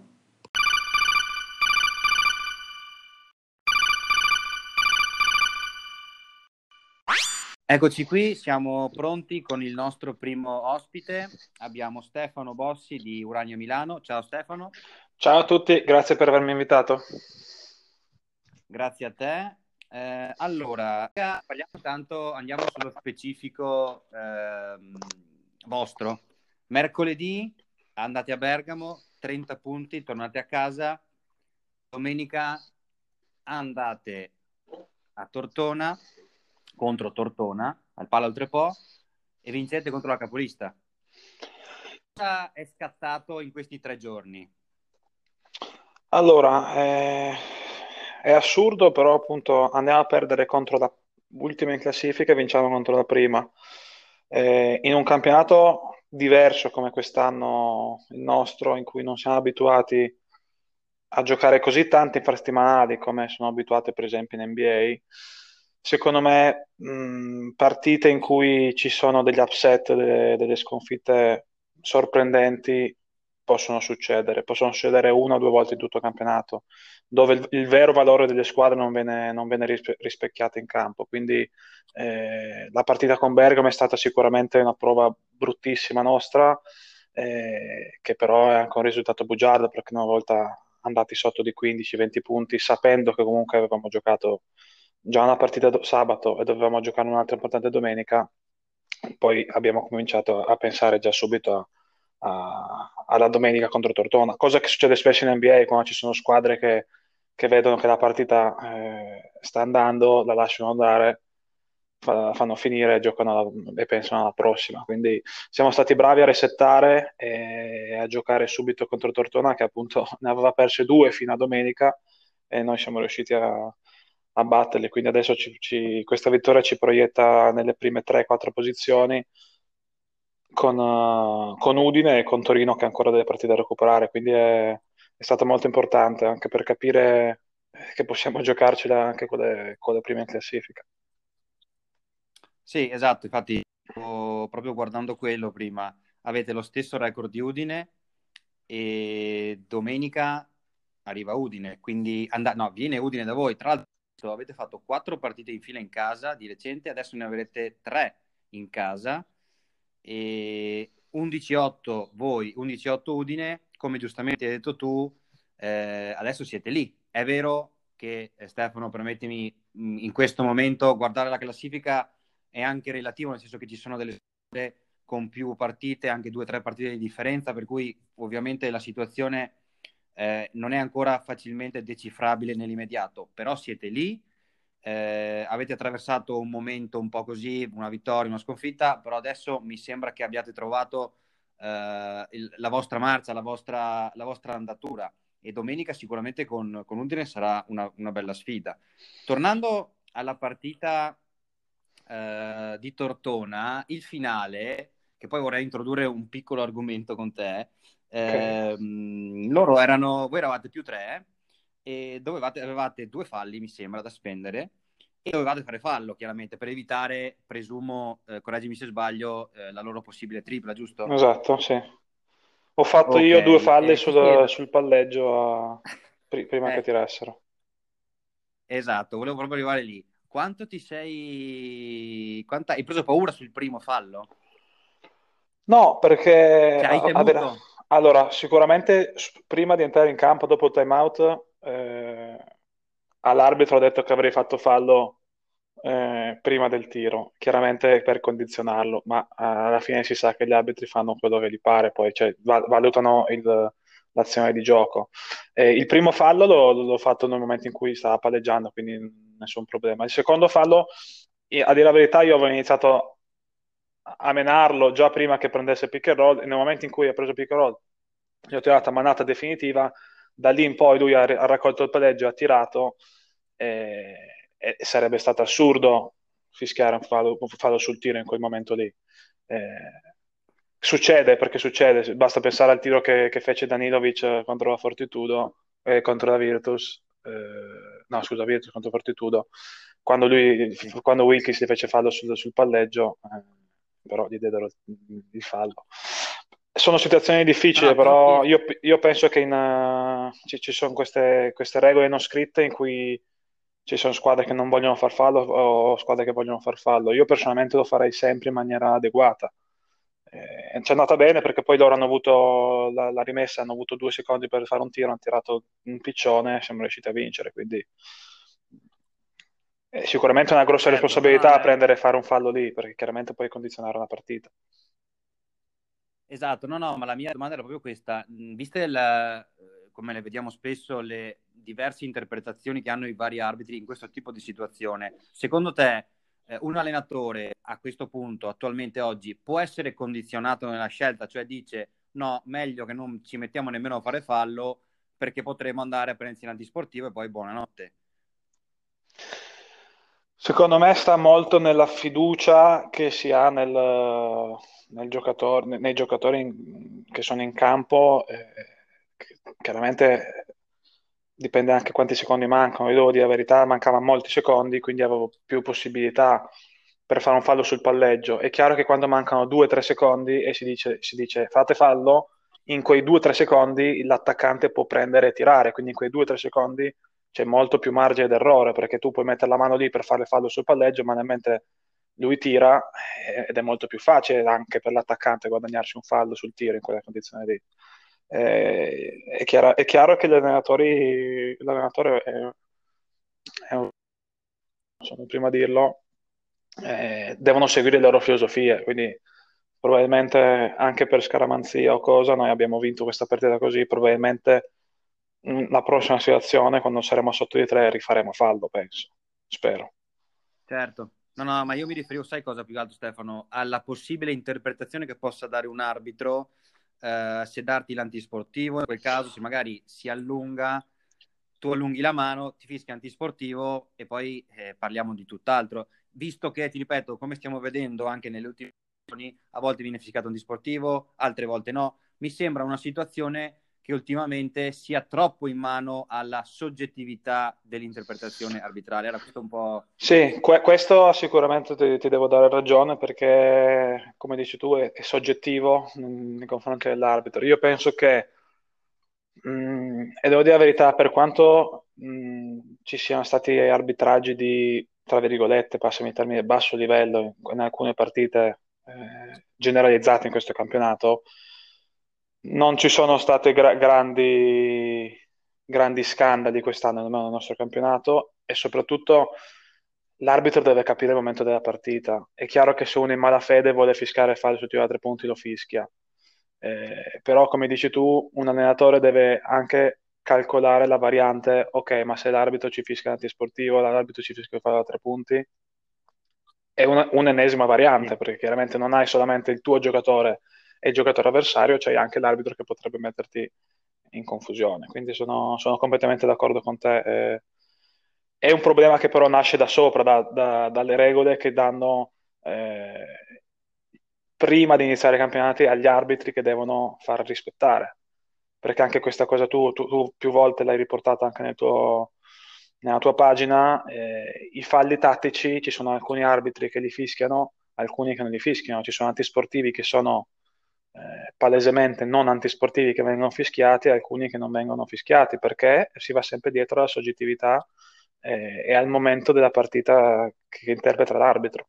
Eccoci qui, siamo pronti con il nostro primo ospite. Abbiamo Stefano Bossi di Uranio Milano. Ciao Stefano. Ciao a tutti, grazie per avermi invitato. Grazie a te. Eh, allora, parliamo tanto, andiamo sullo specifico ehm, vostro. Mercoledì andate a Bergamo, trenta punti, tornate a casa. Domenica andate a Tortona, contro Tortona, al Palo Oltrepò, e vincete contro la capolista. Cosa è scattato in questi tre giorni? Allora, eh, è assurdo, però appunto andiamo a perdere contro la ultima in classifica e vinciamo contro la prima. Eh, in un campionato diverso come quest'anno il nostro, in cui non siamo abituati a giocare così tanti infrasettimanali come sono abituati per esempio in N B A, secondo me mh, partite in cui ci sono degli upset, delle, delle sconfitte sorprendenti possono succedere, possono succedere una o due volte in tutto il campionato, dove il, il vero valore delle squadre non viene, non viene rispe- rispecchiato in campo. Quindi eh, la partita con Bergamo è stata sicuramente una prova bruttissima nostra, eh, che però è anche un risultato bugiardo, perché una volta andati sotto di quindici venti punti, sapendo che comunque avevamo giocato già una partita do- sabato e dovevamo giocare un'altra importante domenica, poi abbiamo cominciato a pensare già subito a a- alla domenica contro Tortona, cosa che succede spesso in N B A quando ci sono squadre che, che vedono che la partita eh, sta andando, la lasciano andare, fa- fanno finire, giocano alla- e pensano alla prossima. Quindi siamo stati bravi a resettare e a giocare subito contro Tortona, che appunto ne aveva perse due fino a domenica e noi siamo riusciti a, a batterli. Quindi adesso ci- ci- questa vittoria ci proietta nelle prime tre quattro posizioni con, eh, con Udine e con Torino che ha ancora delle partite da recuperare, quindi è, è stato molto importante anche per capire che possiamo giocarcela anche con le, con le prime in classifica. Sì, esatto, infatti stavo proprio guardando quello prima. Avete lo stesso record di Udine e domenica arriva Udine, quindi and- no, viene Udine da voi. Tra l'altro avete fatto quattro partite in fila in casa di recente, adesso ne avrete tre in casa e undici otto voi, undici otto Udine, come giustamente hai detto tu, eh, adesso siete lì. È vero che, eh, Stefano, permettimi, mh, in questo momento guardare la classifica è anche relativo, nel senso che ci sono delle squadre con più partite, anche due o tre partite di differenza, per cui ovviamente la situazione eh, non è ancora facilmente decifrabile nell'immediato, però siete lì, eh, avete attraversato un momento un po' così, una vittoria, una sconfitta, però adesso mi sembra che abbiate trovato eh, il- la vostra marcia, la vostra, la vostra andatura e domenica sicuramente con, con Udine sarà una, una bella sfida. Tornando alla partita eh, di Tortona, il finale, che poi vorrei introdurre un piccolo argomento con te, Ok. ehm, loro erano, voi eravate più tre e dovevate, avevate due falli, mi sembra, da spendere e dovevate fare fallo, chiaramente, per evitare, presumo, eh, correggimi se sbaglio, eh, la loro possibile tripla, giusto? Esatto, sì. Ho fatto Ok, io due falli eh, ti sul, chiedo. sul palleggio a- pri- prima che Eh, tirassero. esatto, volevo proprio arrivare lì. Quanto ti sei... Quanta... Hai preso paura sul primo fallo? No, perché Cioè, hai a- a- temuto? allora, sicuramente s- prima di entrare in campo dopo il timeout, eh, all'arbitro ho detto che avrei fatto fallo eh, prima del tiro, chiaramente per condizionarlo, ma eh, alla fine si sa che gli arbitri fanno quello che gli pare, poi cioè, va- valutano il- l'azione di gioco. Eh, il primo fallo l'ho, l'ho fatto nel momento in cui stava palleggiando, quindi nessun problema. Il secondo fallo, eh, a dire la verità, io avevo iniziato a menarlo già prima che prendesse pick and roll e nel momento in cui ha preso pick and roll gli ho tirato a manata definitiva, da lì in poi lui ha, ha raccolto il palleggio, ha tirato e, e sarebbe stato assurdo fischiare un fallo, un fallo sul tiro in quel momento lì. Eh, succede perché succede, basta pensare al tiro che, che fece Danilovic contro la Fortitudo, eh, contro la Virtus, eh, no scusa, Virtus contro Fortitudo, quando, lui, Sì. quando Wilkins gli fece fallo sul, sul palleggio, eh, però gli diedero il, il fallo. Sono situazioni No, difficili, no, ti ho però chiesto. io, io penso che in, uh, ci, ci sono queste, queste regole non scritte in cui ci sono squadre che non vogliono far fallo o squadre che vogliono far fallo. Io personalmente lo farei sempre in maniera adeguata. Eh, ci è andata bene perché poi loro hanno avuto la, la rimessa, hanno avuto due secondi per fare un tiro, hanno tirato un piccione e siamo riusciti a vincere. Quindi è sicuramente una grossa Certo, no, no, responsabilità eh, prendere e fare un fallo lì, perché chiaramente puoi condizionare una partita. esatto, no, no, ma la mia domanda era proprio questa. Mh, Viste la- eh, come le vediamo spesso, le diverse interpretazioni che hanno i vari arbitri in questo tipo di situazione, secondo te eh, un allenatore a questo punto, attualmente oggi, può essere condizionato nella scelta, cioè dice no, meglio che non ci mettiamo nemmeno a fare fallo perché potremo andare a prendersi in antisportivo e poi buonanotte. Secondo me sta molto nella fiducia che si ha nel, nel giocatore, nei giocatori in- che sono in campo. Eh, che- chiaramente dipende anche quanti secondi mancano. Io devo dire la verità, mancavano molti secondi, quindi avevo più possibilità per fare un fallo sul palleggio. È chiaro che quando mancano due tre secondi e si dice, si dice fate fallo, in quei due tre secondi l'attaccante può prendere e tirare, quindi in quei due tre secondi c'è molto più margine d'errore perché tu puoi mettere la mano lì per fare fallo sul palleggio, ma nel mentre lui tira eh, ed è molto più facile anche per l'attaccante guadagnarsi un fallo sul tiro in quella condizione lì. Eh, è, chiaro, è chiaro che gli allenatori, l'allenatore è, è un, sono il primo a dirlo, eh, devono seguire le loro filosofie, quindi probabilmente anche per scaramanzia o cosa noi abbiamo vinto questa partita così, probabilmente mh, la prossima situazione quando saremo sotto di tre rifaremo fallo, penso, spero. Certo, no, no, ma io mi riferivo, sai cosa più che altro, Stefano, alla possibile interpretazione che possa dare un arbitro eh, se darti l'antisportivo, in quel caso se magari si allunga, tu allunghi la mano, ti fischia antisportivo e poi eh, parliamo di tutt'altro. Visto che, ti ripeto, come stiamo vedendo anche nelle ultime situazioni, a volte viene fischiato antisportivo, altre volte no, mi sembra una situazione che ultimamente sia troppo in mano alla soggettività dell'interpretazione arbitrale. Era questo un po'. Sì, que- questo sicuramente ti, ti devo dare ragione perché, come dici tu, è, è soggettivo mm, nei confronti dell'arbitro. Io penso che, mm, e devo dire la verità, per quanto mm, ci siano stati arbitraggi di, tra virgolette, passami il termine, basso livello in, in alcune partite eh, generalizzate in questo campionato, non ci sono state gra- grandi, grandi scandali quest'anno nel nostro campionato e soprattutto l'arbitro deve capire il momento della partita. È chiaro che se uno in malafede vuole fischiare fallo su tiro da tre punti lo fischia. Eh, però come dici tu, un allenatore deve anche calcolare la variante, ok, ma se l'arbitro ci fischia l'antisportivo, l'arbitro ci fischia il fallo da tre punti, è una- un'ennesima variante, Sì. perché chiaramente non hai solamente il tuo giocatore e il giocatore avversario, c'hai anche l'arbitro che potrebbe metterti in confusione. Quindi sono, sono completamente d'accordo con te. eh, è un problema che però nasce da sopra, da- da- dalle regole che danno eh, prima di iniziare i campionati agli arbitri che devono far rispettare. Perché anche questa cosa tu, tu- tu più volte l'hai riportata anche nel tuo- nella tua pagina, eh, i falli tattici, ci sono alcuni arbitri che li fischiano, alcuni che non li fischiano, ci sono antisportivi che sono eh, palesemente non antisportivi che vengono fischiati e alcuni che non vengono fischiati perché si va sempre dietro alla soggettività eh, e al momento della partita che interpreta l'arbitro.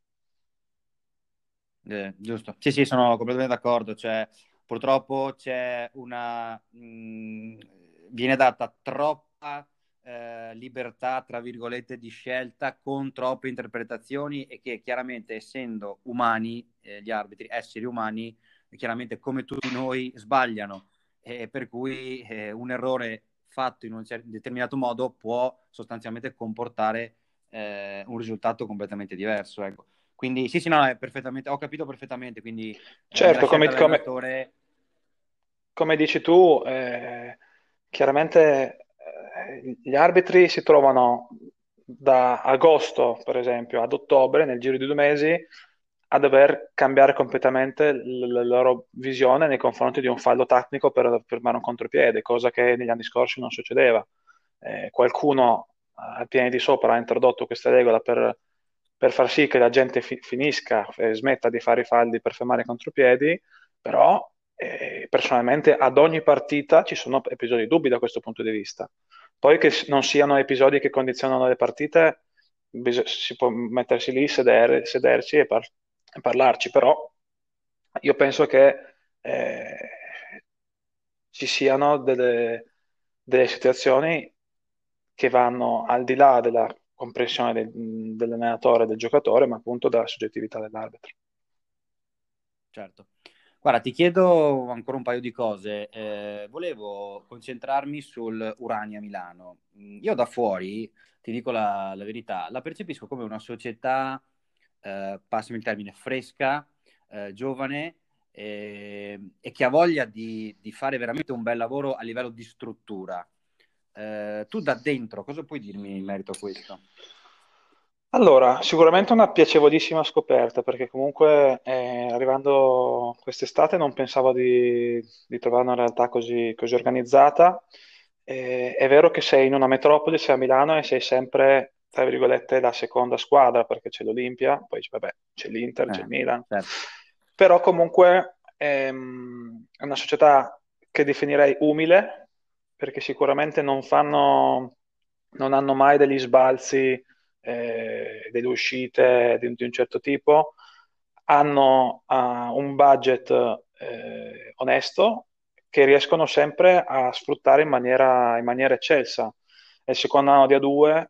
Eh, giusto. Sì, sì, sono completamente d'accordo. Cioè, purtroppo c'è una. Mh, viene data troppa eh, libertà, tra virgolette, di scelta con troppe interpretazioni e che chiaramente, essendo umani, eh, gli arbitri, esseri umani, chiaramente come tutti noi sbagliano. E per cui eh, un errore fatto in un cer- determinato modo può sostanzialmente comportare eh, un risultato completamente diverso. Ecco. Quindi sì, sì, no, è perfettamente, ho capito perfettamente, quindi eh, nella Certo, come, scelta come- dell'allenatore. come dici tu, eh, chiaramente eh, gli arbitri si trovano da agosto, per esempio, ad ottobre, nel giro di due mesi, a dover cambiare completamente l- la loro visione nei confronti di un fallo tecnico per fermare un contropiede, cosa che negli anni scorsi non succedeva. Eh, qualcuno ai piani di sopra ha introdotto questa regola per, per far sì che la gente fi- finisca e smetta di fare i falli per fermare i contropiedi, però eh, personalmente ad ogni partita ci sono episodi dubbi da questo punto di vista. Poi che s- non siano episodi che condizionano le partite, bis- si può mettersi lì, sedere- sederci e, par- e parlarci, però io penso che eh, ci siano delle, delle situazioni che vanno al di là della comprensione del- dell'allenatore e del giocatore, ma appunto della soggettività dell'arbitro. Certo. Guarda, ti chiedo ancora un paio di cose. Eh, volevo concentrarmi sul Urania Milano. Mm, Io da fuori, ti dico la, la verità, la percepisco come una società, eh, passami il termine, fresca, eh, giovane, eh, e che ha voglia di, di fare veramente un bel lavoro a livello di struttura. Eh, tu da dentro, cosa puoi dirmi in merito a questo? Allora, sicuramente una piacevolissima scoperta, perché comunque eh, arrivando quest'estate non pensavo di, di trovare una realtà così, così organizzata. Eh, è vero che sei in una metropoli, sei a Milano e sei sempre, tra virgolette, la seconda squadra, perché c'è l'Olimpia, poi c'è- vabbè, c'è l'Inter, c'è il Eh, Milan, certo. però comunque ehm, è una società che definirei umile, perché sicuramente non fanno, non hanno mai degli sbalzi, eh, delle uscite di, di un certo tipo, hanno ah, un budget eh, onesto che riescono sempre a sfruttare in maniera, in maniera eccelsa. Nel secondo anno di A due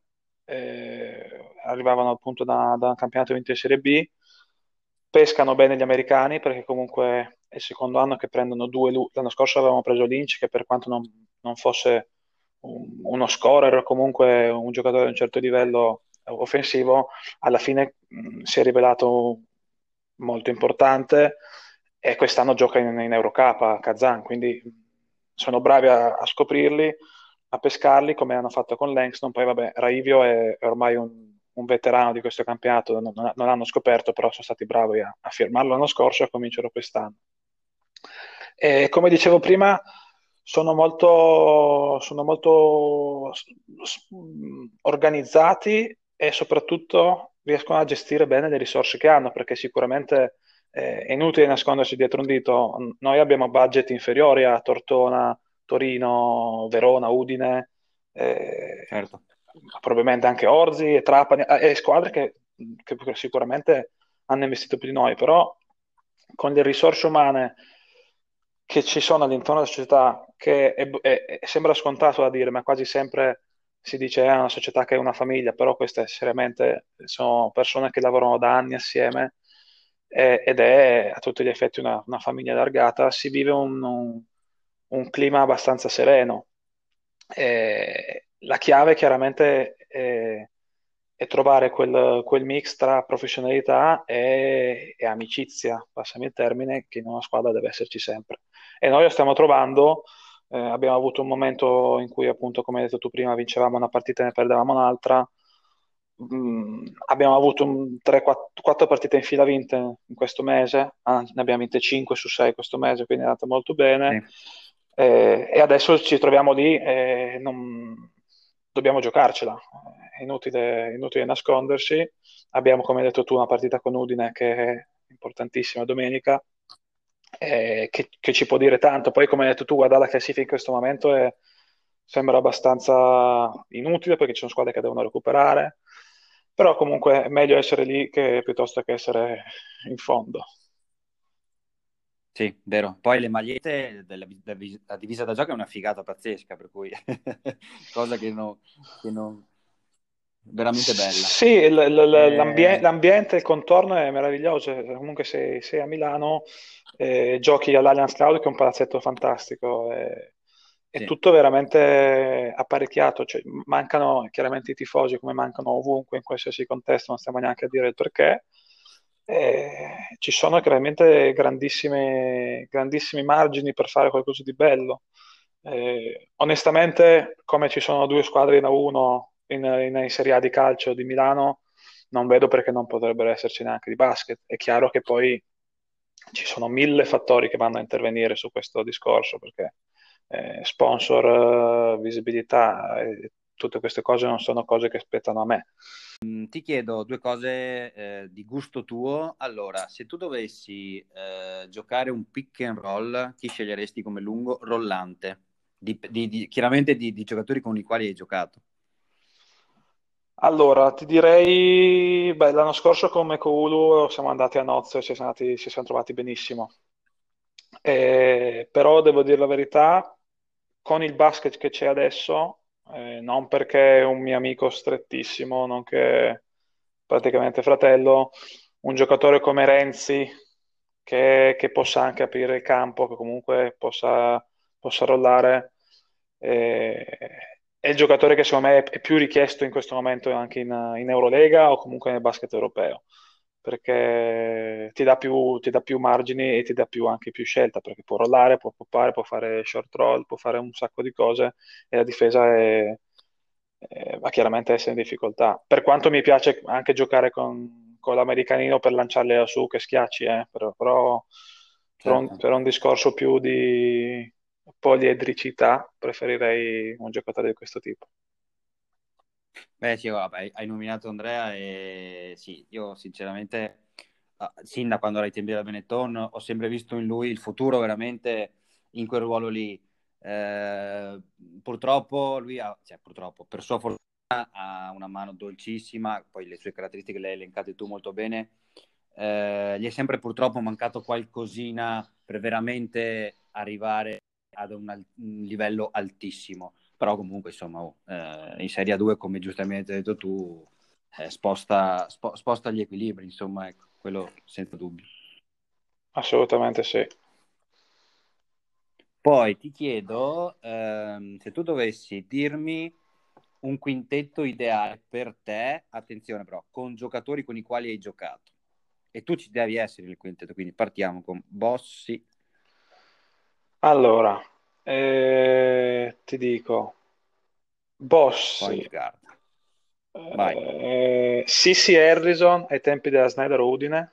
eh, arrivavano appunto da, da un campionato vinto in Serie B, pescano bene gli americani perché comunque è il secondo anno che prendono due, lu- l'anno scorso avevamo preso Lynch che per quanto non, non fosse un- uno scorer o comunque un giocatore di un certo livello offensivo, alla fine mh, si è rivelato molto importante e quest'anno gioca in, in Eurocup a Kazan, quindi sono bravi a, a scoprirli, a pescarli come hanno fatto con Langston. Poi vabbè, Raivio è, è ormai un, un veterano di questo campionato, non, non l'hanno scoperto, però sono stati bravi a, a firmarlo l'anno scorso e a cominciare quest'anno. E come dicevo prima, sono molto, sono molto s- s- organizzati e soprattutto riescono a gestire bene le risorse che hanno, perché sicuramente eh, è inutile nascondersi dietro un dito. Noi abbiamo budget inferiori a Tortona, Torino, Verona, Udine, eh, Certo. probabilmente anche Orzi e Trapani, eh, e squadre che, che sicuramente hanno investito più di noi, però con le risorse umane che ci sono all'interno della società, che è- è- è- sembra scontato da dire, ma quasi sempre si dice è una società che è una famiglia, però queste seriamente sono persone che lavorano da anni assieme eh, ed è a tutti gli effetti una, una famiglia allargata, si vive un, un- un clima abbastanza sereno. Eh, la chiave chiaramente è, è trovare quel, quel mix tra professionalità e, e amicizia, passami il termine, che in una squadra deve esserci sempre. E noi lo stiamo trovando. Eh, abbiamo avuto un momento in cui, appunto, come hai detto tu prima, vincevamo una partita e ne perdevamo un'altra. Mm, abbiamo avuto un tre quattro partite in fila vinte in questo mese, anzi, ne abbiamo vinte cinque su sei questo mese, quindi è andata molto bene. Sì. Eh, e adesso ci troviamo lì e non- dobbiamo giocarcela. È inutile, inutile nascondersi. Abbiamo, come hai detto tu, una partita con Udine che è importantissima domenica, eh, che, che ci può dire tanto. Poi, come hai detto tu, guardare la classifica in questo momento è- sembra abbastanza inutile perché ci sono squadre che devono recuperare, però comunque è meglio essere lì che piuttosto che essere in fondo. Sì, vero. Poi le magliette della della la divisa da gioco è una figata pazzesca, per cui cosa che, no- che non... veramente bella. Sì, il- il- l'ambie- Eh, l'ambiente, il contorno è meraviglioso. Comunque sei, sei a Milano, eh, giochi all'Allianz Cloud che è un palazzetto fantastico. eh, È sì, tutto veramente apparecchiato. Cioè, mancano chiaramente i tifosi come mancano ovunque, in qualsiasi contesto, non stiamo neanche a dire il perché. Eh, ci sono chiaramente grandissime, grandissimi margini per fare qualcosa di bello. Eh, onestamente, come ci sono due squadre in A uno in, in, in Serie A di calcio di Milano, non vedo perché non potrebbero esserci neanche di basket. È chiaro che poi ci sono mille fattori che vanno a intervenire su questo discorso, perché eh, sponsor, eh, visibilità, eh, tutte queste cose non sono cose che spettano a me. Mm, ti chiedo due cose eh, di gusto tuo. Allora, se tu dovessi eh, giocare un pick and roll, chi sceglieresti come lungo rollante? Di, di- di- chiaramente di, di giocatori con i quali hai giocato. Allora, ti direi, beh, l'anno scorso con Mekoulu siamo andati a nozze, ci siamo, andati- ci siamo trovati benissimo. Eh, però devo dire la verità, con il basket che c'è adesso, eh, non perché è un mio amico strettissimo, nonché praticamente fratello, un giocatore come Renzi che, che possa anche aprire il campo, che comunque possa, possa rollare, eh, è il giocatore che secondo me è, è più richiesto in questo momento anche in, in Eurolega o comunque nel basket europeo perché ti dà più, ti dà più margini e ti dà più, anche più scelta, perché può rollare, può poppare, può fare short roll, può fare un sacco di cose e la difesa è, è- va chiaramente a essere in difficoltà. Per quanto mi piace anche giocare con, con l'americanino per lanciarle su che schiacci, eh, però, però per un, Certo. per un discorso più di poliedricità preferirei un giocatore di questo tipo. Beh, sì, vabbè, hai nominato Andrea e sì, io sinceramente, ah, sin da quando era ai tempi della Benetton, ho sempre visto in lui il futuro veramente in quel ruolo lì. Eh, purtroppo lui ha, cioè purtroppo, per sua fortuna ha una mano dolcissima, poi le sue caratteristiche le hai elencate tu molto bene. Eh, gli è sempre purtroppo mancato qualcosina per veramente arrivare ad un, al- un livello altissimo. Però comunque, insomma, oh, eh, in Serie A due, come giustamente hai detto tu, eh, sposta, spo- sposta gli equilibri, insomma, ecco, quello senza dubbio. Assolutamente sì. Poi ti chiedo, ehm, se tu dovessi dirmi un quintetto ideale per te, attenzione però, con giocatori con i quali hai giocato. E tu ci devi essere nel quintetto, quindi partiamo con Bossi, Allora, eh, ti dico, Bossi, point guard. Vai. eh, Sissi Harrison ai tempi della Snyder Udine,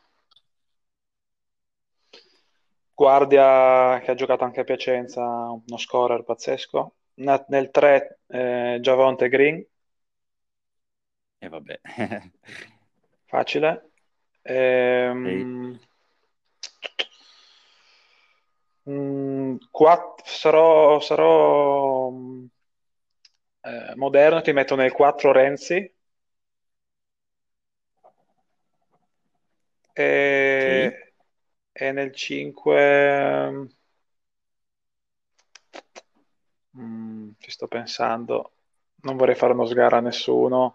guardia che ha giocato anche a Piacenza, uno scorer pazzesco. Na- nel tre, eh, Javonte Green, E vabbè. facile. Sì. Ehm, mm, quatt- sarò, sarò, mm, eh, moderno, ti metto nel quattro Renzi. Sì. E, e nel cinque, mm, ci sto pensando, non vorrei fare uno sgarro a nessuno.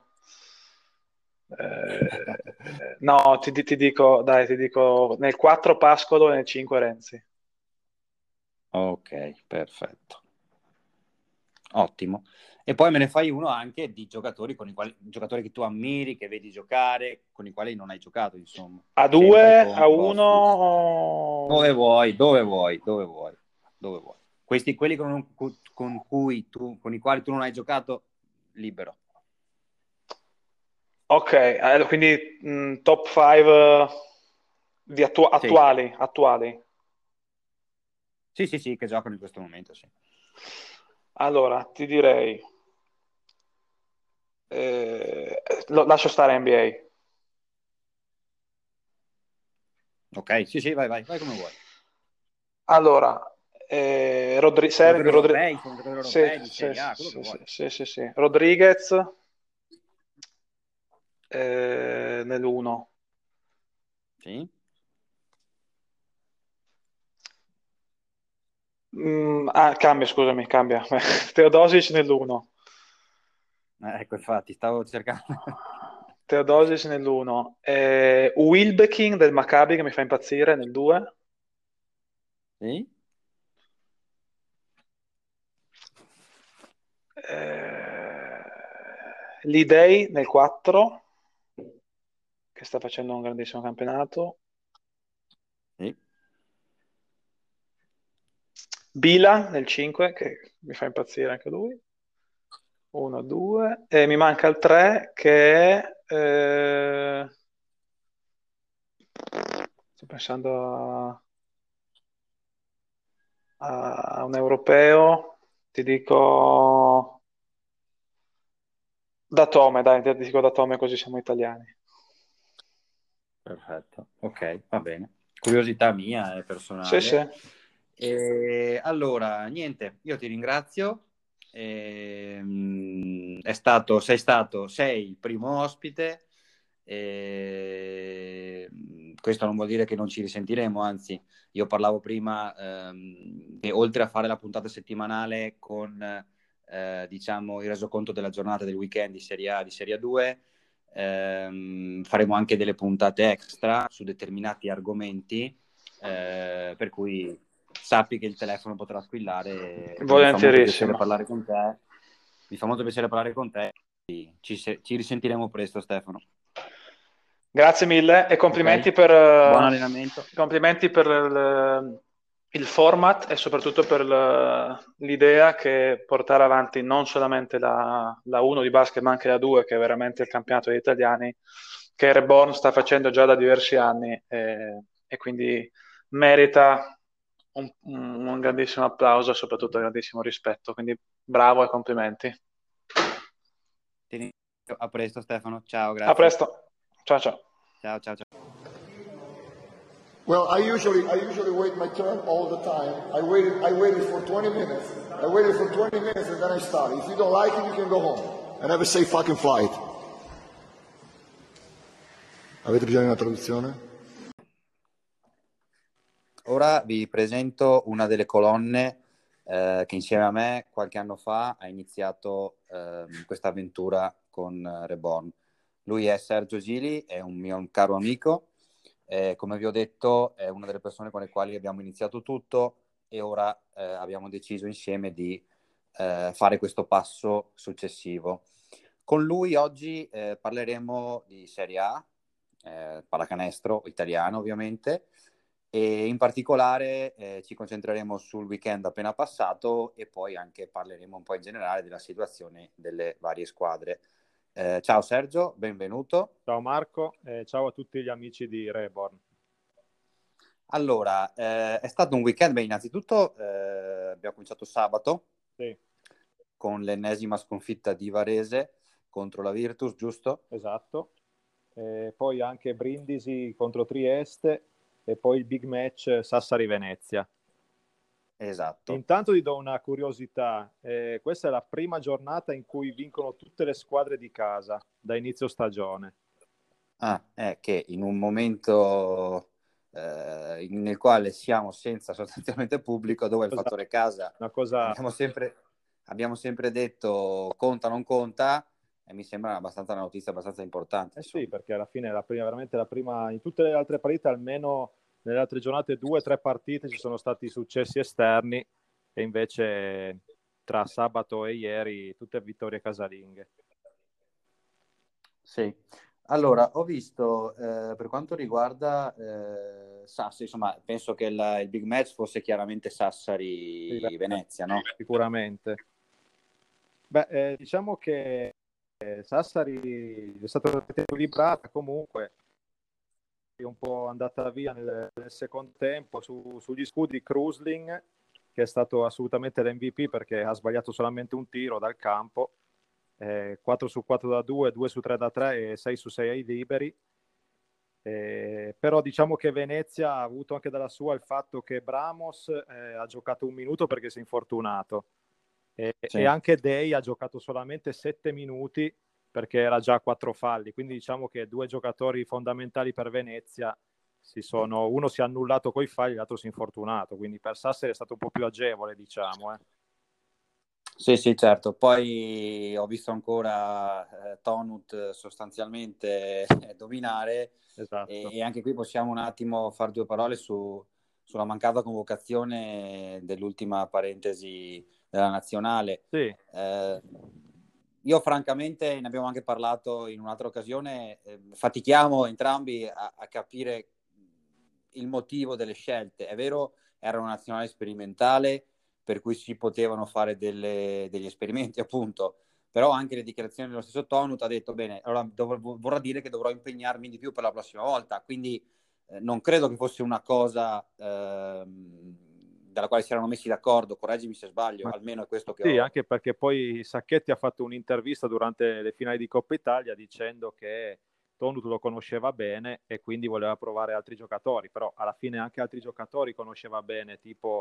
Eh, no, ti, ti dico, dai, ti dico nel quattro Pascolo e nel cinque Renzi. Ok, perfetto. Ottimo. E poi me ne fai uno anche di giocatori con i quali, giocatori che tu ammiri, che vedi giocare, con i quali non hai giocato, insomma. A Sempre due, con a Bossi. uno, Dove vuoi, dove vuoi, dove vuoi, dove vuoi. Questi, quelli con, con cui tu, con i quali tu non hai giocato, libero. ok, eh, quindi mm, top cinque di attu- Sì, attuali, attuali. sì, sì, sì, che giocano in questo momento, sì. Allora, ti direi, eh, lo- lascio stare N B A. Ok, sì, sì, vai, vai, vai come vuoi. Allora, eh, Rodri- Ser- Giocatori Rodri- europei, sono giocatori sì, europei di sì, Serie A, quello che sì, sì, vuoi. sì, sì, sì. Rodriguez eh, nell'uno. Sì? Mm, ah, cambia, scusami, cambia. Teodosic nell'uno. Eh, ecco, infatti, stavo cercando. Teodosic nell'uno. Eh, Wilbekin del Maccabi che mi fa impazzire nel due. Sì? Eh, Lidei nel quattro che sta facendo un grandissimo campionato. Sì? Bila nel cinque che mi fa impazzire anche lui. uno, due. E mi manca il tre che è... eh, sto pensando a, a un europeo. Ti dico... Datome, dai, ti dico Datome così siamo italiani. Perfetto, ok, va bene. Curiosità mia è Sì, sì. personale. E allora, niente, io ti ringrazio. Ehm, è stato, sei stato, sei il primo ospite. E questo non vuol dire che non ci risentiremo, anzi, io parlavo prima ehm, che oltre a fare la puntata settimanale con eh, diciamo il resoconto della giornata del weekend di Serie A, di Serie due, ehm, faremo anche delle puntate extra su determinati argomenti, eh, per cui sappi che il telefono potrà squillare. Mi fa molto piacere Volentierissimo. parlare con te. Mi fa molto piacere parlare con te. Ci, ci risentiremo presto, Stefano. Grazie mille e complimenti Ok? per, Buon eh, allenamento. complimenti per il, il format e soprattutto per l- l'idea che portare avanti non solamente la, la uno di basket ma anche la due, che è veramente il campionato degli italiani, che Reborn sta facendo già da diversi anni e, e quindi merita un, un grandissimo applauso e soprattutto un grandissimo rispetto. Quindi bravo e complimenti. Ti ringrazio. A presto, Stefano. Ciao, A grazie. presto. Ciao ciao. Ciao, ciao, ciao. Well, I usually I usually wait my turn all the time. I waited I waited for twenty minutes. I waited for twenty minutes and then I start. If you don't like it, you can go home and have a safe fucking flight. Avete bisogno di una traduzione? Ora vi presento una delle colonne eh, che insieme a me qualche anno fa ha iniziato eh, questa avventura con eh, Reborn. Lui è Sergio Gili, è un mio un caro amico, eh, come vi ho detto è una delle persone con le quali abbiamo iniziato tutto e ora eh, abbiamo deciso insieme di eh, fare questo passo successivo. Con lui oggi eh, parleremo di Serie A, eh, pallacanestro italiano ovviamente, e in particolare eh, ci concentreremo sul weekend appena passato e poi anche parleremo un po' in generale della situazione delle varie squadre. Eh, ciao Sergio, benvenuto. Ciao Marco e ciao a tutti gli amici di Reborn. Allora, eh, è stato un weekend, beh, innanzitutto eh, abbiamo cominciato sabato Sì, con l'ennesima sconfitta di Varese contro la Virtus, giusto? esatto. E poi anche Brindisi contro Trieste e poi il big match Sassari-Venezia. Esatto. Intanto ti do una curiosità, eh, questa è la prima giornata in cui vincono tutte le squadre di casa da inizio stagione. Ah, è che in un momento eh, nel quale siamo senza sostanzialmente pubblico, dove il Cosa- fattore casa Una cosa abbiamo sempre, abbiamo sempre detto conta non conta, e mi sembra abbastanza una notizia abbastanza importante. Eh sì, insomma. perché alla fine è la prima, veramente la prima, in tutte le altre partite, almeno nelle altre giornate, due o tre partite ci sono stati successi esterni e invece tra sabato e ieri tutte vittorie casalinghe. Sì. Allora, ho visto eh, per quanto riguarda eh, Sassari, insomma, penso che il, il big match fosse chiaramente Sassari-Venezia, no? Sicuramente. Beh, eh, diciamo che eh, Sassari è stata equilibrata comunque, è un po' andata via nel, nel secondo tempo su- sugli scudi Krusling, che è stato assolutamente l'M V P perché ha sbagliato solamente un tiro dal campo, eh, quattro su quattro da due, due su tre da tre e sei su sei ai liberi. Eh, però diciamo che Venezia ha avuto anche dalla sua il fatto che Bramos eh, ha giocato un minuto perché si è infortunato e, Sì. e anche Day ha giocato solamente sette minuti perché era già a quattro falli, quindi diciamo che due giocatori fondamentali per Venezia si sono, uno si è annullato coi falli, l'altro si è infortunato, quindi per Sassari è stato un po' più agevole, diciamo. Eh. Sì, sì, certo. Poi ho visto ancora eh, Tonut sostanzialmente eh, dominare Esatto. e, e anche qui possiamo un attimo fare due parole su, sulla mancata convocazione dell'ultima parentesi della nazionale. Sì. Eh, io francamente, ne abbiamo anche parlato in un'altra occasione, eh, fatichiamo entrambi a, a capire il motivo delle scelte. È vero, era una nazionale sperimentale, per cui si potevano fare delle, degli esperimenti, appunto, però anche le dichiarazioni dello stesso Tonut ha detto, bene, allora dov- vorrà dire che dovrò impegnarmi di più per la prossima volta, quindi eh, non credo che fosse una cosa ehm, dalla quale si erano messi d'accordo, correggimi se sbaglio, Ma almeno è questo che sì, ho... anche perché poi Sacchetti ha fatto un'intervista durante le finali di Coppa Italia dicendo che Tonut lo conosceva bene e quindi voleva provare altri giocatori, però alla fine anche altri giocatori conosceva bene, tipo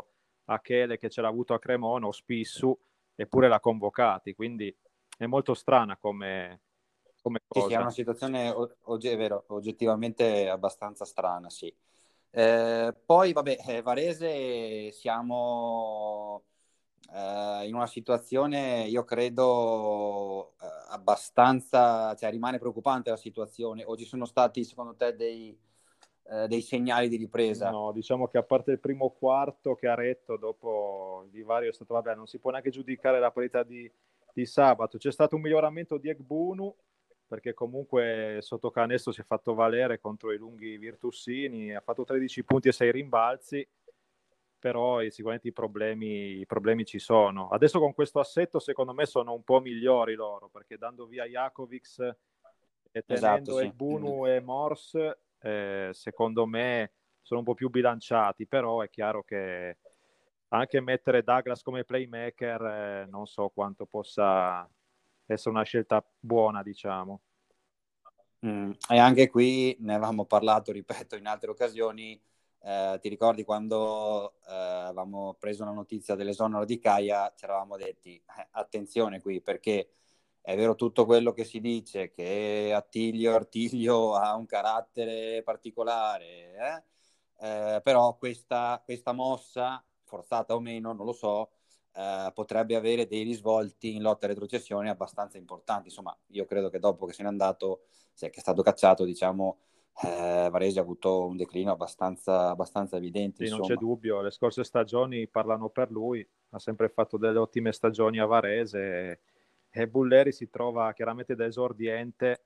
a Chele che ce l'ha avuto a Cremona o Spissu, eppure l'ha convocati, quindi è molto strana come, come Sì, sì, è cosa. una situazione o- ogge- è vero, oggettivamente abbastanza strana, sì. Eh, poi, vabbè, eh, Varese siamo eh, in una situazione, io credo, eh, abbastanza, cioè rimane preoccupante la situazione. O ci sono stati, secondo te, dei, eh, dei segnali di ripresa? No, diciamo che a parte il primo quarto che ha retto, dopo il divario è stato, vabbè, non si può neanche giudicare la parità di, di sabato. C'è stato un miglioramento di Egbunu, perché comunque sotto canestro si è fatto valere contro i lunghi Virtussini, ha fatto tredici punti e sei rimbalzi, però sicuramente i problemi, i problemi ci sono. Adesso con questo assetto secondo me sono un po' migliori loro, perché dando via Jakovic e Esatto, tenendo sì. Egbunu e Morse, eh, secondo me sono un po' più bilanciati, però è chiaro che anche mettere Douglas come playmaker eh, non so quanto possa essere una scelta buona, diciamo. Mm, E anche qui ne avevamo parlato, ripeto, in altre occasioni. Eh, ti ricordi quando eh, avevamo preso la notizia dell'esonero di Caia, ci eravamo detti eh, attenzione qui, perché è vero tutto quello che si dice, che Attilio Artiglio ha un carattere particolare, eh? Eh, però questa, questa mossa, forzata o meno, non lo so, eh, potrebbe avere dei risvolti in lotta alle retrocessioni abbastanza importanti. Insomma, io credo che dopo che se n'è andato, se è stato cacciato, diciamo, eh, Varese ha avuto un declino abbastanza, abbastanza evidente. Sì, non c'è Insomma. dubbio, le scorse stagioni parlano per lui, ha sempre fatto delle ottime stagioni a Varese e, e Bulleri si trova chiaramente da esordiente,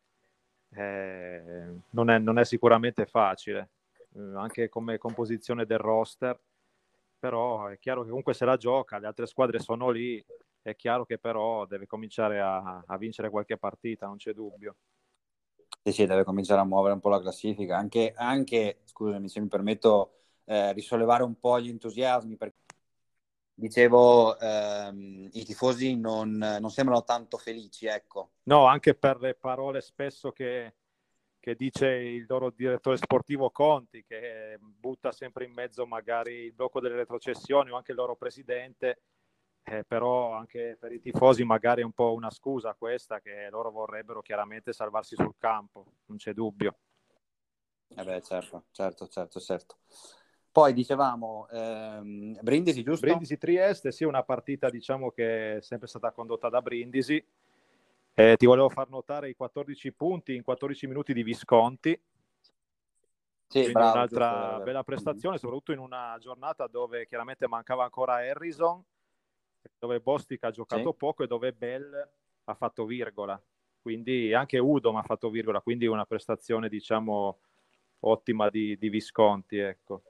eh, non, è, non è sicuramente facile, eh, anche come composizione del roster, però è chiaro che comunque se la gioca, le altre squadre sono lì, è chiaro che però deve cominciare a, a vincere qualche partita, non c'è dubbio. Sì, sì, deve cominciare a muovere un po' la classifica, anche, anche scusami se mi permetto, eh, risollevare un po' gli entusiasmi, perché dicevo, ehm, i tifosi non, non sembrano tanto felici, ecco. No, anche per le parole spesso che, che dice il loro direttore sportivo Conti, che butta sempre in mezzo magari il blocco delle retrocessioni o anche il loro presidente, eh, però anche per i tifosi magari è un po' una scusa questa, che loro vorrebbero chiaramente salvarsi sul campo, non c'è dubbio. Eh beh, certo, certo, certo, certo. Poi dicevamo, ehm, Brindisi, giusto? Brindisi-Trieste, sì, una partita diciamo che è sempre stata condotta da Brindisi. Eh, ti volevo far notare i quattordici punti in quattordici minuti di Visconti. Sì, Quindi bravo, un'altra giusto, vero, vero. bella prestazione, soprattutto in una giornata dove chiaramente mancava ancora Harrison, dove Bostic ha giocato Sì. poco e dove Bell ha fatto virgola. Quindi anche Udom ha fatto virgola, quindi una prestazione diciamo ottima di, di Visconti, ecco.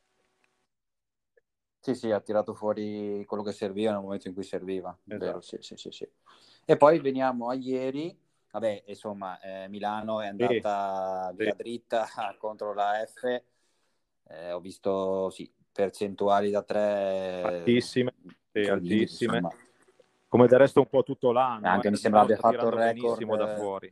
Sì, sì, ha tirato fuori quello che serviva nel momento in cui serviva, Esatto. vero, sì, sì, sì, sì. E poi veniamo a ieri, vabbè, insomma, eh, Milano è andata Sì, via sì. dritta contro la F, eh, ho visto, sì, percentuali da tre Altissime, sì, incredibili, altissime. insomma. Come del resto un po' tutto l'anno, Anche eh. mi Milano sembra abbia sta fatto il tirando record. benissimo da fuori.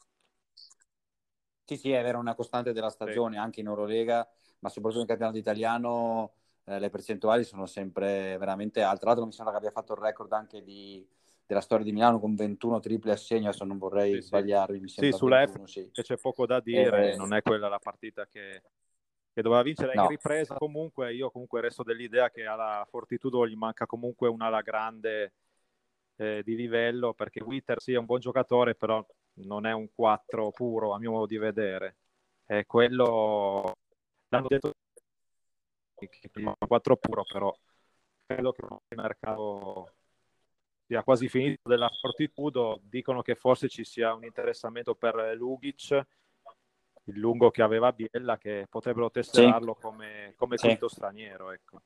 Sì, sì, è vero, una costante della stagione, sì, anche in Eurolega, ma soprattutto in campionato italiano eh, le percentuali sono sempre veramente alte. Tra l'altro mi sembra che abbia fatto il record anche di, della storia di Milano con ventuno tripli a segno, adesso non vorrei Sì, sì. sbagliarmi, mi Sì, sembra sulla ventuno, F sì. che c'è poco da dire, Eh, non è quella la partita che, che doveva vincere in no. ripresa. Comunque io comunque resto dell'idea che alla Fortitudo gli manca comunque un'ala grande eh, di livello, perché Witter sì è un buon giocatore, però non è un quattro puro a mio modo di vedere. È quello, l'hanno detto che è un quattro puro, però credo che il mercato sia quasi finito della Fortitudo. Dicono che forse ci sia un interessamento per Lugic, il lungo che aveva Biella, che potrebbero testerarlo Sì. come, come Sì. quinto straniero, ecco.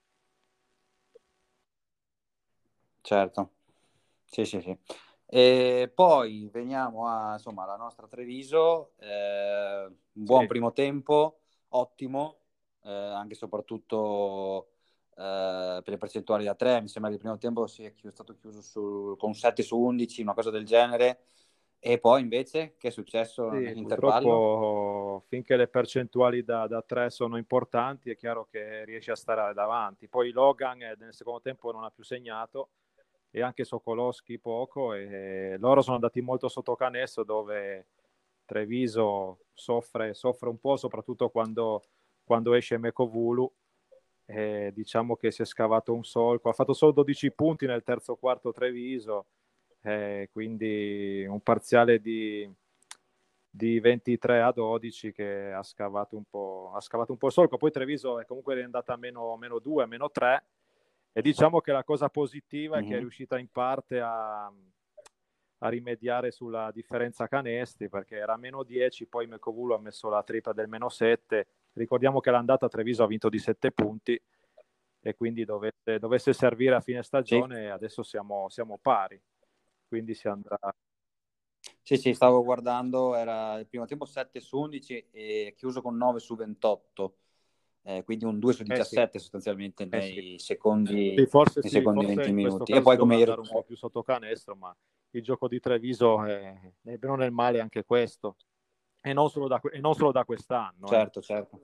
Certo, sì, sì, sì. E poi veniamo a, insomma, alla nostra Treviso, eh, un buon Sì. primo tempo, ottimo, eh, anche e soprattutto eh, per le percentuali da tre, mi sembra che il primo tempo sia chiuso, stato chiuso su, con sette su undici, una cosa del genere, E poi invece che è successo Sì, nell'intervallo? purtroppo finché le percentuali da, da tre sono importanti è chiaro che riesce a stare davanti. Poi Logan eh, nel secondo tempo non ha più segnato e anche Sokolowski poco e loro sono andati molto sotto canestro dove Treviso soffre, soffre un po' soprattutto quando, quando esce Mekovulu. E diciamo che si è scavato un solco, ha fatto solo dodici punti nel terzo quarto Treviso, eh, quindi un parziale di, di ventitré a dodici che ha scavato un po', ha scavato un po' il solco. Poi Treviso è comunque andata a meno, meno due, meno tre, e diciamo che la cosa positiva è che è Mhm. riuscita in parte a, a rimediare sulla differenza canestri, perché era meno dieci, poi Mekovulu ha messo la tripla del meno sette. Ricordiamo che l'andata a Treviso ha vinto di sette punti e quindi dovesse, dovesse servire a fine Sì, stagione, adesso siamo, siamo pari, quindi si andrà. sì, sì, stavo guardando, era il primo tempo sette su undici e chiuso con nove su ventotto, eh, quindi un due su Eh sì, diciassette sostanzialmente eh sì. nei Sì, secondi, forse nei sì, secondi forse venti in questo minuti. E caso si poi come doveva ieri... andare un po' più sotto canestro, ma il gioco di Treviso è nel bene o nel male anche questo, e non solo da, e non solo da quest'anno. Eh. Certo, certo.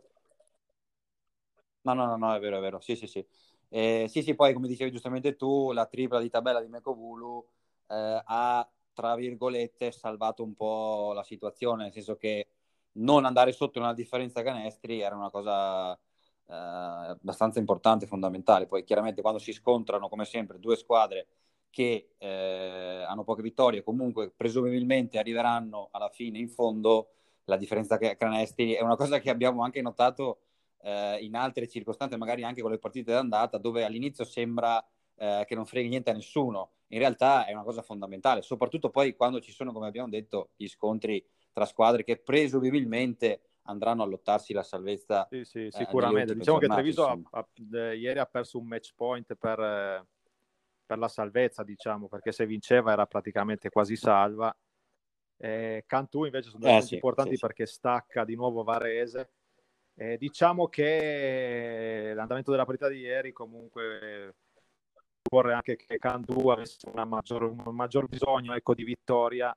No, no, no, no, è vero, è vero. Sì, sì, sì. Eh, sì, sì, poi come dicevi giustamente tu, la tripla di tabella di Mekovulu eh, ha, tra virgolette, salvato un po' la situazione, nel senso che non andare sotto una differenza canestri era una cosa eh, abbastanza importante, fondamentale. Poi chiaramente quando si scontrano, come sempre, due squadre che eh, hanno poche vittorie, comunque presumibilmente arriveranno alla fine in fondo, la differenza canestri è una cosa che abbiamo anche notato eh, in altre circostanze, magari anche con le partite d'andata, dove all'inizio sembra eh, che non freghi niente a nessuno. In realtà è una cosa fondamentale, soprattutto poi quando ci sono, come abbiamo detto, gli scontri tra squadre che presumibilmente andranno a lottarsi la salvezza Sì, sì, eh, nelle sicuramente. ultime Diciamo che giornate, Treviso ha, insomma. ha, eh, ieri ha perso un match point per, eh, per la salvezza, diciamo, perché se vinceva era praticamente quasi salva. Eh, Cantù invece sono due Eh punti sì, sì, importanti sì. perché stacca di nuovo Varese. Eh, diciamo che l'andamento della partita di ieri comunque occorre anche che Cantù avesse una maggior, un maggior bisogno, ecco, di vittoria,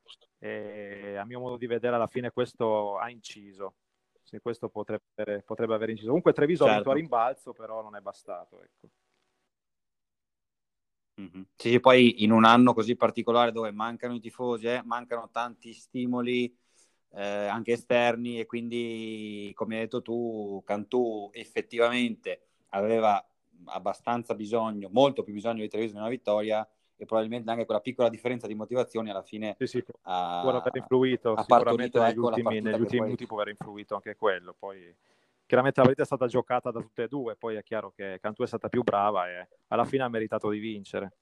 e a mio modo di vedere alla fine questo ha inciso. Se questo potrebbe, potrebbe aver inciso. Comunque Treviso ha vinto a Certo. rimbalzo, però non è bastato, ecco. Mm-hmm. Sì, sì, poi in un anno così particolare dove mancano i tifosi, eh, mancano tanti stimoli eh, anche esterni, e quindi, come hai detto tu, Cantù effettivamente aveva abbastanza bisogno, molto più bisogno di Treviso di una vittoria, e probabilmente anche quella piccola differenza di motivazioni alla fine Sì, sì, può aver ha, influito, ha sicuramente partorito, negli ecco, la ultimi, partita negli che ultimi poi... minuti può aver influito anche quello. Poi chiaramente la partita è stata giocata da tutte e due, poi è chiaro che Cantù è stata più brava e alla fine ha meritato di vincere.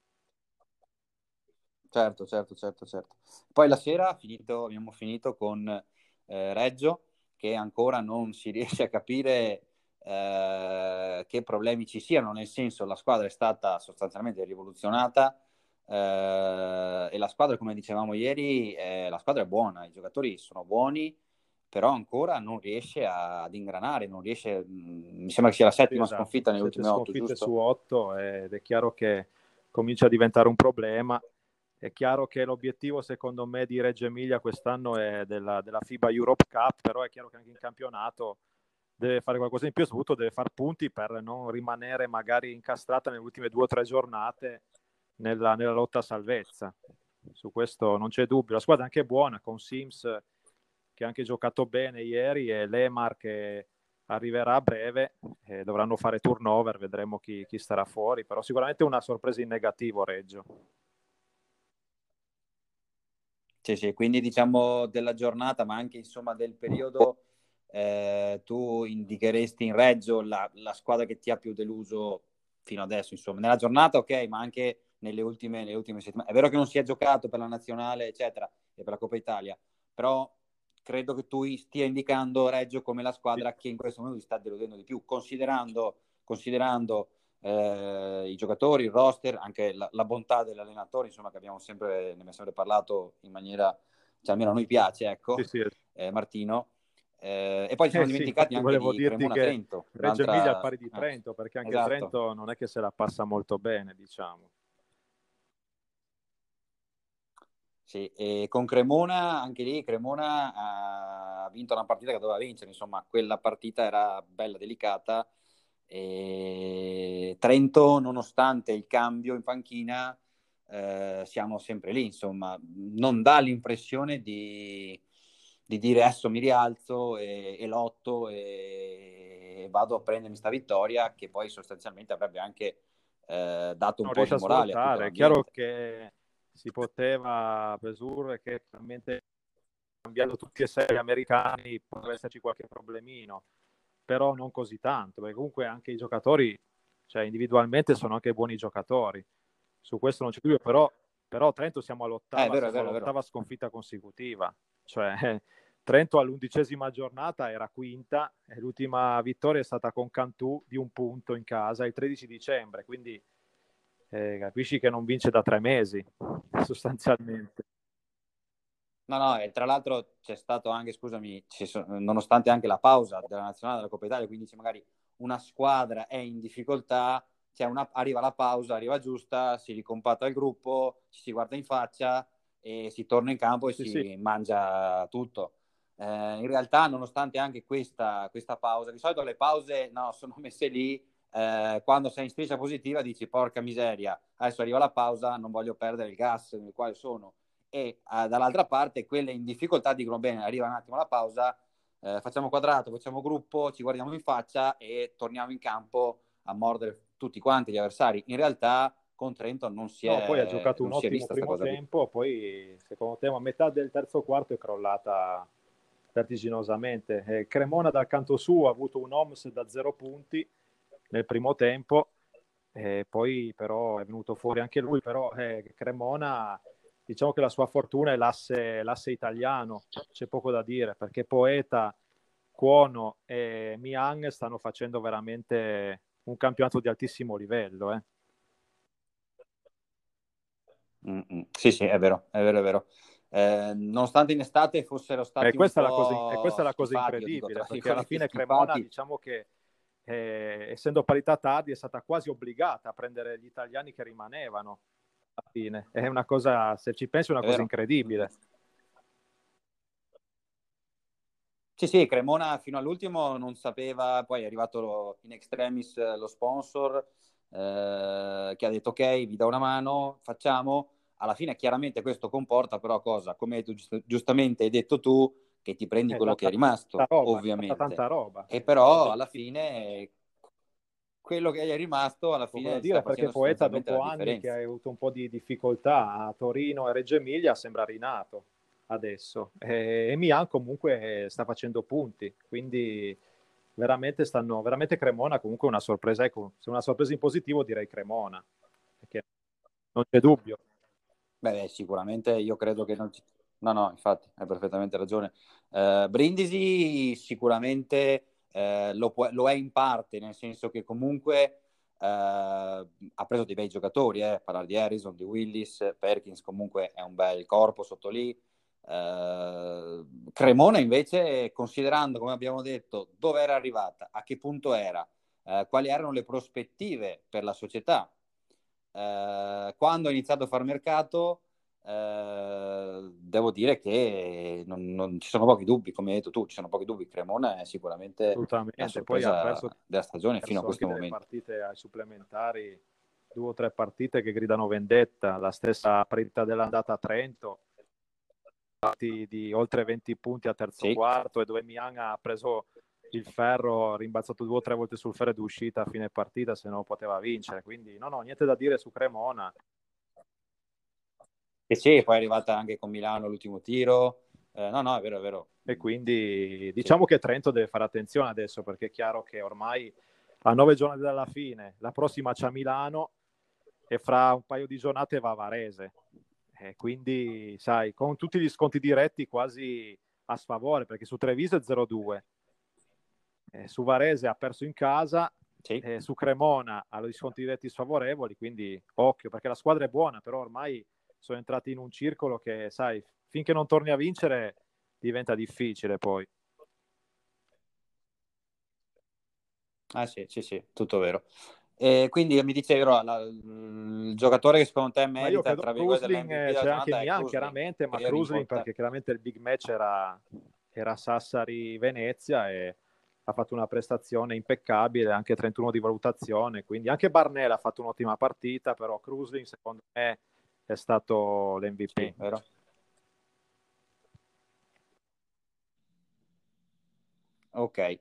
Certo, certo, certo, certo. Poi la sera finito, abbiamo finito con eh, Reggio, che ancora non si riesce a capire eh, che problemi ci siano, nel senso la squadra è stata sostanzialmente rivoluzionata eh, e la squadra, come dicevamo ieri, eh, la squadra è buona, i giocatori sono buoni, però ancora non riesce a, ad ingranare, non riesce, mh, mi sembra che sia la Sì, settima esatto, sconfitta nelle sette ultime otto, sconfitte su giusto? otto ed è chiaro che comincia a diventare un problema. È chiaro che l'obiettivo secondo me di Reggio Emilia quest'anno è della, della FIBA Europe Cup, però è chiaro che anche in campionato deve fare qualcosa in più, soprattutto deve fare punti per non rimanere magari incastrata nelle ultime due o tre giornate nella, nella lotta a salvezza. Su questo non c'è dubbio. La squadra è anche buona, con Sims che ha anche giocato bene ieri e Lemar che arriverà a breve, e dovranno fare turnover, vedremo chi, chi starà fuori, però sicuramente una sorpresa in negativo Reggio. Sì, sì, quindi diciamo della giornata, ma anche insomma del periodo, eh, tu indicheresti in Reggio la, la squadra che ti ha più deluso fino adesso, insomma, nella giornata, ok, ma anche nelle ultime, nelle ultime settimane. È vero che non si è giocato per la nazionale, eccetera, e per la Coppa Italia, però credo che tu stia indicando Reggio come la squadra che in questo momento ti sta deludendo di più, considerando, considerando eh, i giocatori, il roster, anche la, la bontà dell'allenatore, insomma, che abbiamo sempre, ne abbiamo sempre parlato in maniera, cioè almeno a noi piace, ecco, Sì, sì. eh, Martino. Eh, e poi ci siamo Eh sì, dimenticati infatti anche volevo di dirti che Cremona-Trento, Reggio Emilia è al un'altra... pari di Eh, Trento, perché anche il esatto. Trento non è che se la passa molto bene, diciamo. Sì, e con Cremona, anche lì Cremona ha vinto una partita che doveva vincere, insomma, quella partita era bella delicata. E Trento, nonostante il cambio in panchina, eh, siamo sempre lì, insomma, non dà l'impressione di, di dire adesso mi rialzo e, e lotto e vado a prendermi sta vittoria, che poi sostanzialmente avrebbe anche eh, dato un Non po' riesce di a morale a tutto svoltare. È chiaro l'ambiente. che si poteva presurre che veramente cambiando tutti e sei gli americani potrebbe esserci qualche problemino, però non così tanto, perché comunque anche i giocatori, cioè individualmente sono anche buoni giocatori, su questo non c'è dubbio, però, però Trento siamo Eh, è all'ottava, vero, è siamo vero, è vero. all'ottava sconfitta consecutiva, cioè Trento all'undicesima giornata era quinta e l'ultima vittoria è stata con Cantù di un punto in casa il tredici dicembre, quindi eh, capisci che non vince da tre mesi sostanzialmente. No, no, e tra l'altro c'è stato anche, scusami, ci sono- nonostante anche la pausa della nazionale della Coppa Italia, quindi se magari una squadra è in difficoltà, c'è una- arriva la pausa, arriva giusta, si ricompatta il gruppo, ci si guarda in faccia e si torna in campo e Sì, sì. si mangia tutto. Eh, in realtà, nonostante anche questa, questa pausa, di solito le pause no, sono messe lì, eh, quando sei in spesa positiva dici porca miseria, adesso arriva la pausa, non voglio perdere il gas nel quale sono e uh, dall'altra parte quelle in difficoltà dicono bene, arriva un attimo la pausa, eh, facciamo quadrato, facciamo gruppo, ci guardiamo in faccia e torniamo in campo a mordere tutti quanti gli avversari. In realtà con Trento non si No, poi ha è, giocato un non si è ottimo vista questa primo cosa qui. tempo, poi secondo te a metà del terzo quarto è crollata vertiginosamente. Eh, Cremona dal canto suo ha avuto un Homs da zero punti nel primo tempo, eh, poi però è venuto fuori anche lui, però eh, Cremona diciamo che la sua fortuna è l'asse, l'asse italiano, c'è poco da dire, perché Poeta, Cuono e Miang stanno facendo veramente un campionato di altissimo livello. Eh. Mm-mm. Sì, sì, è vero, è vero, è vero. Eh, nonostante in estate fossero E stati un questa è la cosa, e po' questa è la cosa schifati, io dico incredibile, tra perché alla virgolette fine Cremona, schifati, diciamo che eh, essendo parità tardi è stata quasi obbligata a prendere gli italiani che rimanevano alla fine. È una cosa, se ci pensi, è una è cosa vero. incredibile. Sì, sì, Cremona fino all'ultimo non sapeva, poi è arrivato lo- in extremis eh, lo sponsor eh, che ha detto ok, vi do una mano, facciamo. Alla fine chiaramente questo comporta però cosa? Come tu giust- giustamente hai detto tu, che ti prendi È quello che tanta, è tanta rimasto, roba, è stata ovviamente. tanta roba. E È però alla fine quello che è rimasto alla poco da fine dire sta perché facendo Poeta sostanzialmente la dopo anni che differenza. ha avuto un po' di difficoltà a Torino e Reggio Emilia sembra rinato adesso e, e Milan comunque sta facendo punti, quindi veramente stanno veramente Cremona comunque una sorpresa, ecco, se una sorpresa in positivo direi Cremona, perché non c'è dubbio. Beh, sicuramente io credo che non ci... No, no, infatti, hai perfettamente ragione. Eh, Brindisi sicuramente eh, lo, può- lo è in parte, nel senso che comunque eh, ha preso dei bei giocatori, eh, parlare di Harrison, di Willis, Perkins comunque è un bel corpo sotto lì. Eh, Cremona invece, considerando, come abbiamo detto, dove era arrivata, a che punto era, eh, quali erano le prospettive per la società, eh, quando ho iniziato a fare mercato, eh, devo dire che non, non- ci sono pochi dubbi, come hai detto tu, ci sono pochi dubbi. Cremona è sicuramente la Assolutamente, poi ha sorpresa perso, della stagione fino a perso anche questo delle momento. partite ai supplementari, due o tre partite che gridano vendetta, la stessa partita dell'andata a Trento, di oltre venti punti a terzo Sì. quarto e dove Mian ha preso il ferro, rimbalzato due o tre volte sul ferro ed è uscita a fine partita, se no poteva vincere. Quindi no, no, niente da dire su Cremona. E sì, poi è arrivata anche con Milano l'ultimo tiro. Eh, no, no, è vero, è vero. E quindi Sì. diciamo che Trento deve fare attenzione adesso perché è chiaro che ormai a nove giornate dalla fine, la prossima c'è a Milano e fra un paio di giornate va a Varese. E quindi, sai, con tutti gli sconti diretti quasi a sfavore perché su Treviso è zero due. Eh, su Varese ha perso in casa, Sì. eh, su Cremona ha gli sconti diretti sfavorevoli, quindi occhio perché la squadra è buona, però ormai sono entrati in un circolo che, sai, finché non torni a vincere diventa difficile poi. Ah sì, sì, sì, tutto vero. E quindi mi dicevi, allora, la- il giocatore che secondo te Ma io merita, credo tra virgolette, Krusling, l'M V P eh, della c'è anche giornata è Mian Krusling, chiaramente, ma che eri Krusling import- perché chiaramente il big match era, era Sassari-Venezia e ha fatto una prestazione impeccabile, anche trentuno di valutazione, quindi anche Barnella ha fatto un'ottima partita, però Krusling secondo me è stato l'M V P. Sì, vero? Ok.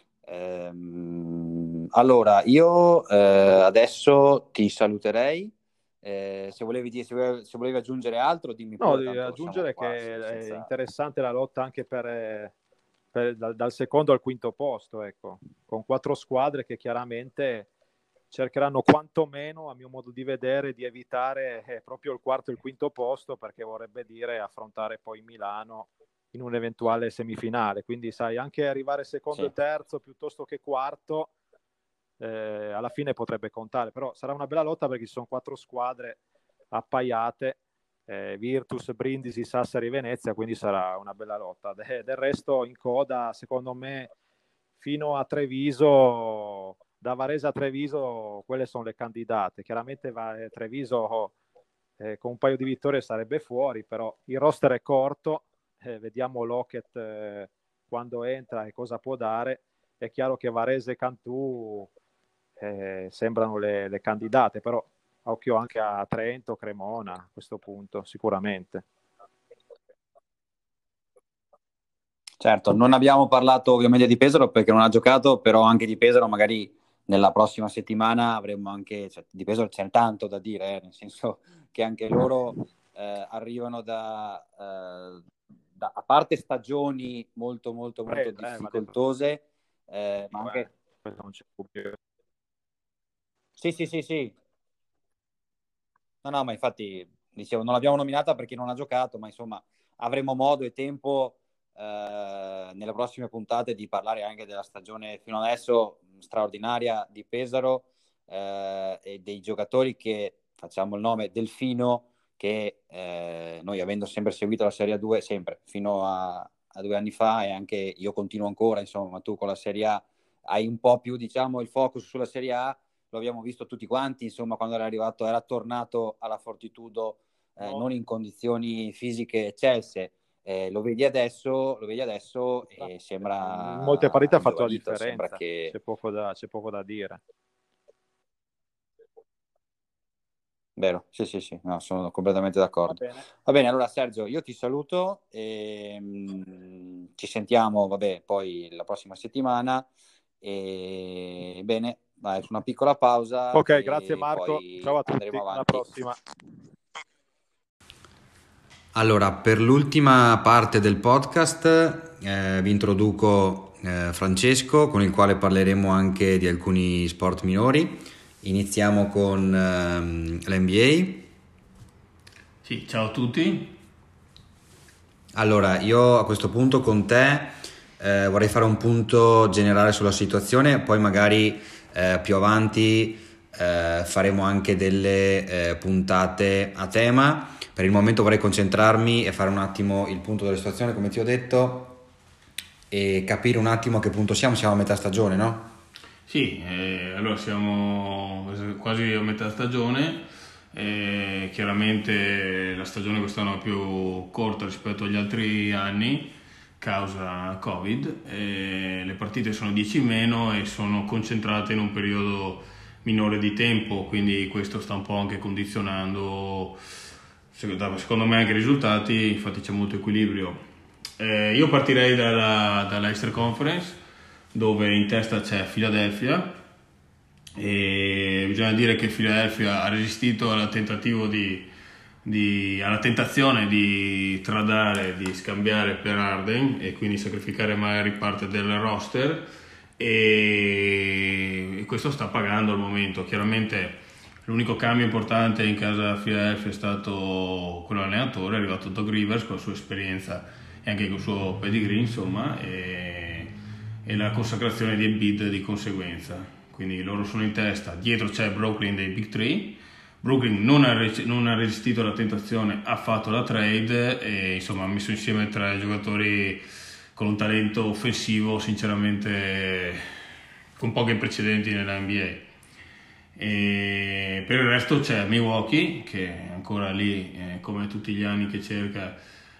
Ehm, allora, io eh, adesso ti saluterei. Eh, se volevi, dire- se volevi, se volevi aggiungere altro, dimmi No, pure, di tanto siamo aggiungere qua che è senza... interessante la lotta anche per, eh, per- dal, dal secondo al quinto posto, ecco, con quattro squadre che chiaramente cercheranno quantomeno, a mio modo di vedere, di evitare eh, proprio il quarto e il quinto posto, perché vorrebbe dire affrontare poi Milano in un'eventuale semifinale. Quindi, sai, anche arrivare secondo Sì. e terzo piuttosto che quarto, eh, alla fine potrebbe contare. Però sarà una bella lotta perché ci sono quattro squadre appaiate, eh, Virtus, Brindisi, Sassari e Venezia, quindi sarà una bella lotta. De- del resto in coda, secondo me, fino a Treviso, da Varese a Treviso, quelle sono le candidate. Chiaramente va, eh, Treviso eh, con un paio di vittorie sarebbe fuori, però il roster è corto, eh, vediamo Lockett eh, quando entra e cosa può dare. È chiaro che Varese e Cantù eh, sembrano le, le candidate, però occhio anche a Trento, Cremona a questo punto, sicuramente. Certo, non abbiamo parlato ovviamente di Pesaro perché non ha giocato, però anche di Pesaro magari nella prossima settimana avremo anche, cioè, di Pesaro c'è tanto da dire, eh, nel senso che anche loro eh, arrivano da, eh, da, a parte stagioni molto molto molto Eh, difficoltose, eh, ma anche... eh, non c'è dubbio. Sì, sì, sì, sì. No, no, ma infatti, dicevo, non l'abbiamo nominata perché non ha giocato, ma insomma avremo modo e tempo eh, nelle prossime puntate di parlare anche della stagione fino adesso straordinaria di Pesaro eh, e dei giocatori che, facciamo il nome, Delfino, che eh, noi avendo sempre seguito la Serie due, sempre, fino a, a due anni fa, e anche io continuo ancora, insomma, ma tu con la Serie A hai un po' più, diciamo, il focus sulla Serie A, lo abbiamo visto tutti quanti, insomma, quando era arrivato, era tornato alla Fortitudo eh, No. non in condizioni fisiche eccelse. Eh, lo vedi adesso, lo vedi adesso e sembra in molte partite ha fatto la ingiovanito, sembra differenza, che... c'è poco da, c'è poco da dire. Vero, sì, sì, sì, no, sono completamente d'accordo. Va bene. Va bene, allora Sergio, io ti saluto e mh, ci sentiamo, vabbè, poi la prossima settimana e bene, vai su una piccola pausa. Ok, e grazie Marco, poi ciao a tutti, andremo alla avanti. prossima. Allora, per l'ultima parte del podcast eh, vi introduco eh, Francesco, con il quale parleremo anche di alcuni sport minori. Iniziamo con ehm, l'N B A. Sì, ciao a tutti. Allora, io a questo punto con te eh, vorrei fare un punto generale sulla situazione, poi magari eh, più avanti eh, faremo anche delle eh, puntate a tema. Per il momento vorrei concentrarmi e fare un attimo il punto della situazione, come ti ho detto, e capire un attimo a che punto siamo. Siamo a metà stagione, no? Sì, eh, allora siamo quasi a metà stagione. Eh, chiaramente la stagione quest'anno è più corta rispetto agli altri anni causa Covid. Eh, le partite sono dieci in meno e sono concentrate in un periodo minore di tempo, quindi questo sta un po' anche condizionando secondo me anche i risultati, infatti c'è molto equilibrio. Eh, io partirei dalla, dalla Eastern Conference, dove in testa c'è Philadelphia, e bisogna dire che Philadelphia ha resistito al tentativo di, di, alla tentazione di tradare, di scambiare per Harden e quindi sacrificare magari parte del roster, e, e questo sta pagando al momento. Chiaramente l'unico cambio importante in casa Philadelphia è stato quello dell'allenatore, è arrivato Doug Rivers con la sua esperienza e anche con il suo pedigree, insomma, e, e la consacrazione di Embiid di conseguenza. Quindi loro sono in testa, dietro c'è Brooklyn dei Big Three. Brooklyn non ha, non ha resistito alla tentazione, ha fatto la trade e insomma ha messo insieme tre giocatori con un talento offensivo sinceramente con pochi precedenti nella N B A. E per il resto c'è Milwaukee, che è ancora lì, eh, come tutti gli anni, che cerca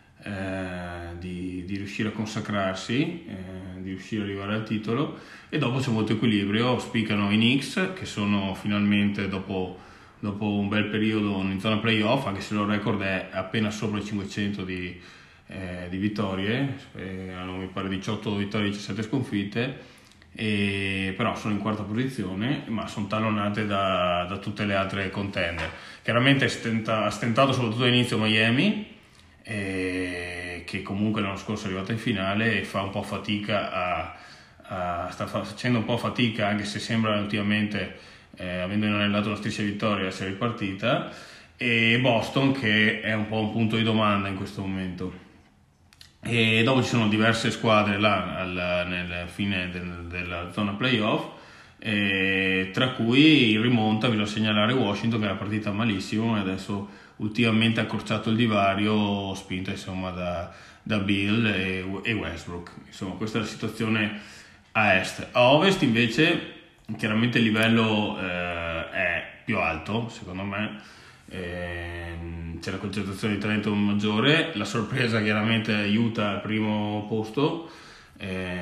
eh, di, di riuscire a consacrarsi, eh, di riuscire ad arrivare al titolo, e dopo c'è molto equilibrio. Spiccano i Knicks, che sono finalmente, dopo, dopo un bel periodo, in zona playoff, anche se il loro record è appena sopra i cinquecento di, eh, di vittorie, eh, hanno mi pare diciotto vittorie e diciassette sconfitte. E però sono in quarta posizione, ma sono talonate da, da tutte le altre contender. Chiaramente ha stentato soprattutto all'inizio Miami, eh, che comunque l'anno scorso è arrivata in finale e fa un po' fatica a, a sta facendo un po' fatica, anche se sembra ultimamente, eh, avendo inanellato una striscia di vittoria, essere ripartita. E Boston, che è un po' un punto di domanda in questo momento. E dopo ci sono diverse squadre là al, nel fine del, della zona playoff, eh, tra cui in rimonta bisogna segnalare Washington, che era partita malissimo e adesso ultimamente ha accorciato il divario, spinta insomma da, da Bill e, e Westbrook. Insomma, questa è la situazione a est. A ovest invece chiaramente il livello eh, è più alto, secondo me. Eh, c'è la concentrazione di talento maggiore. La sorpresa chiaramente aiuta al primo posto. Eh,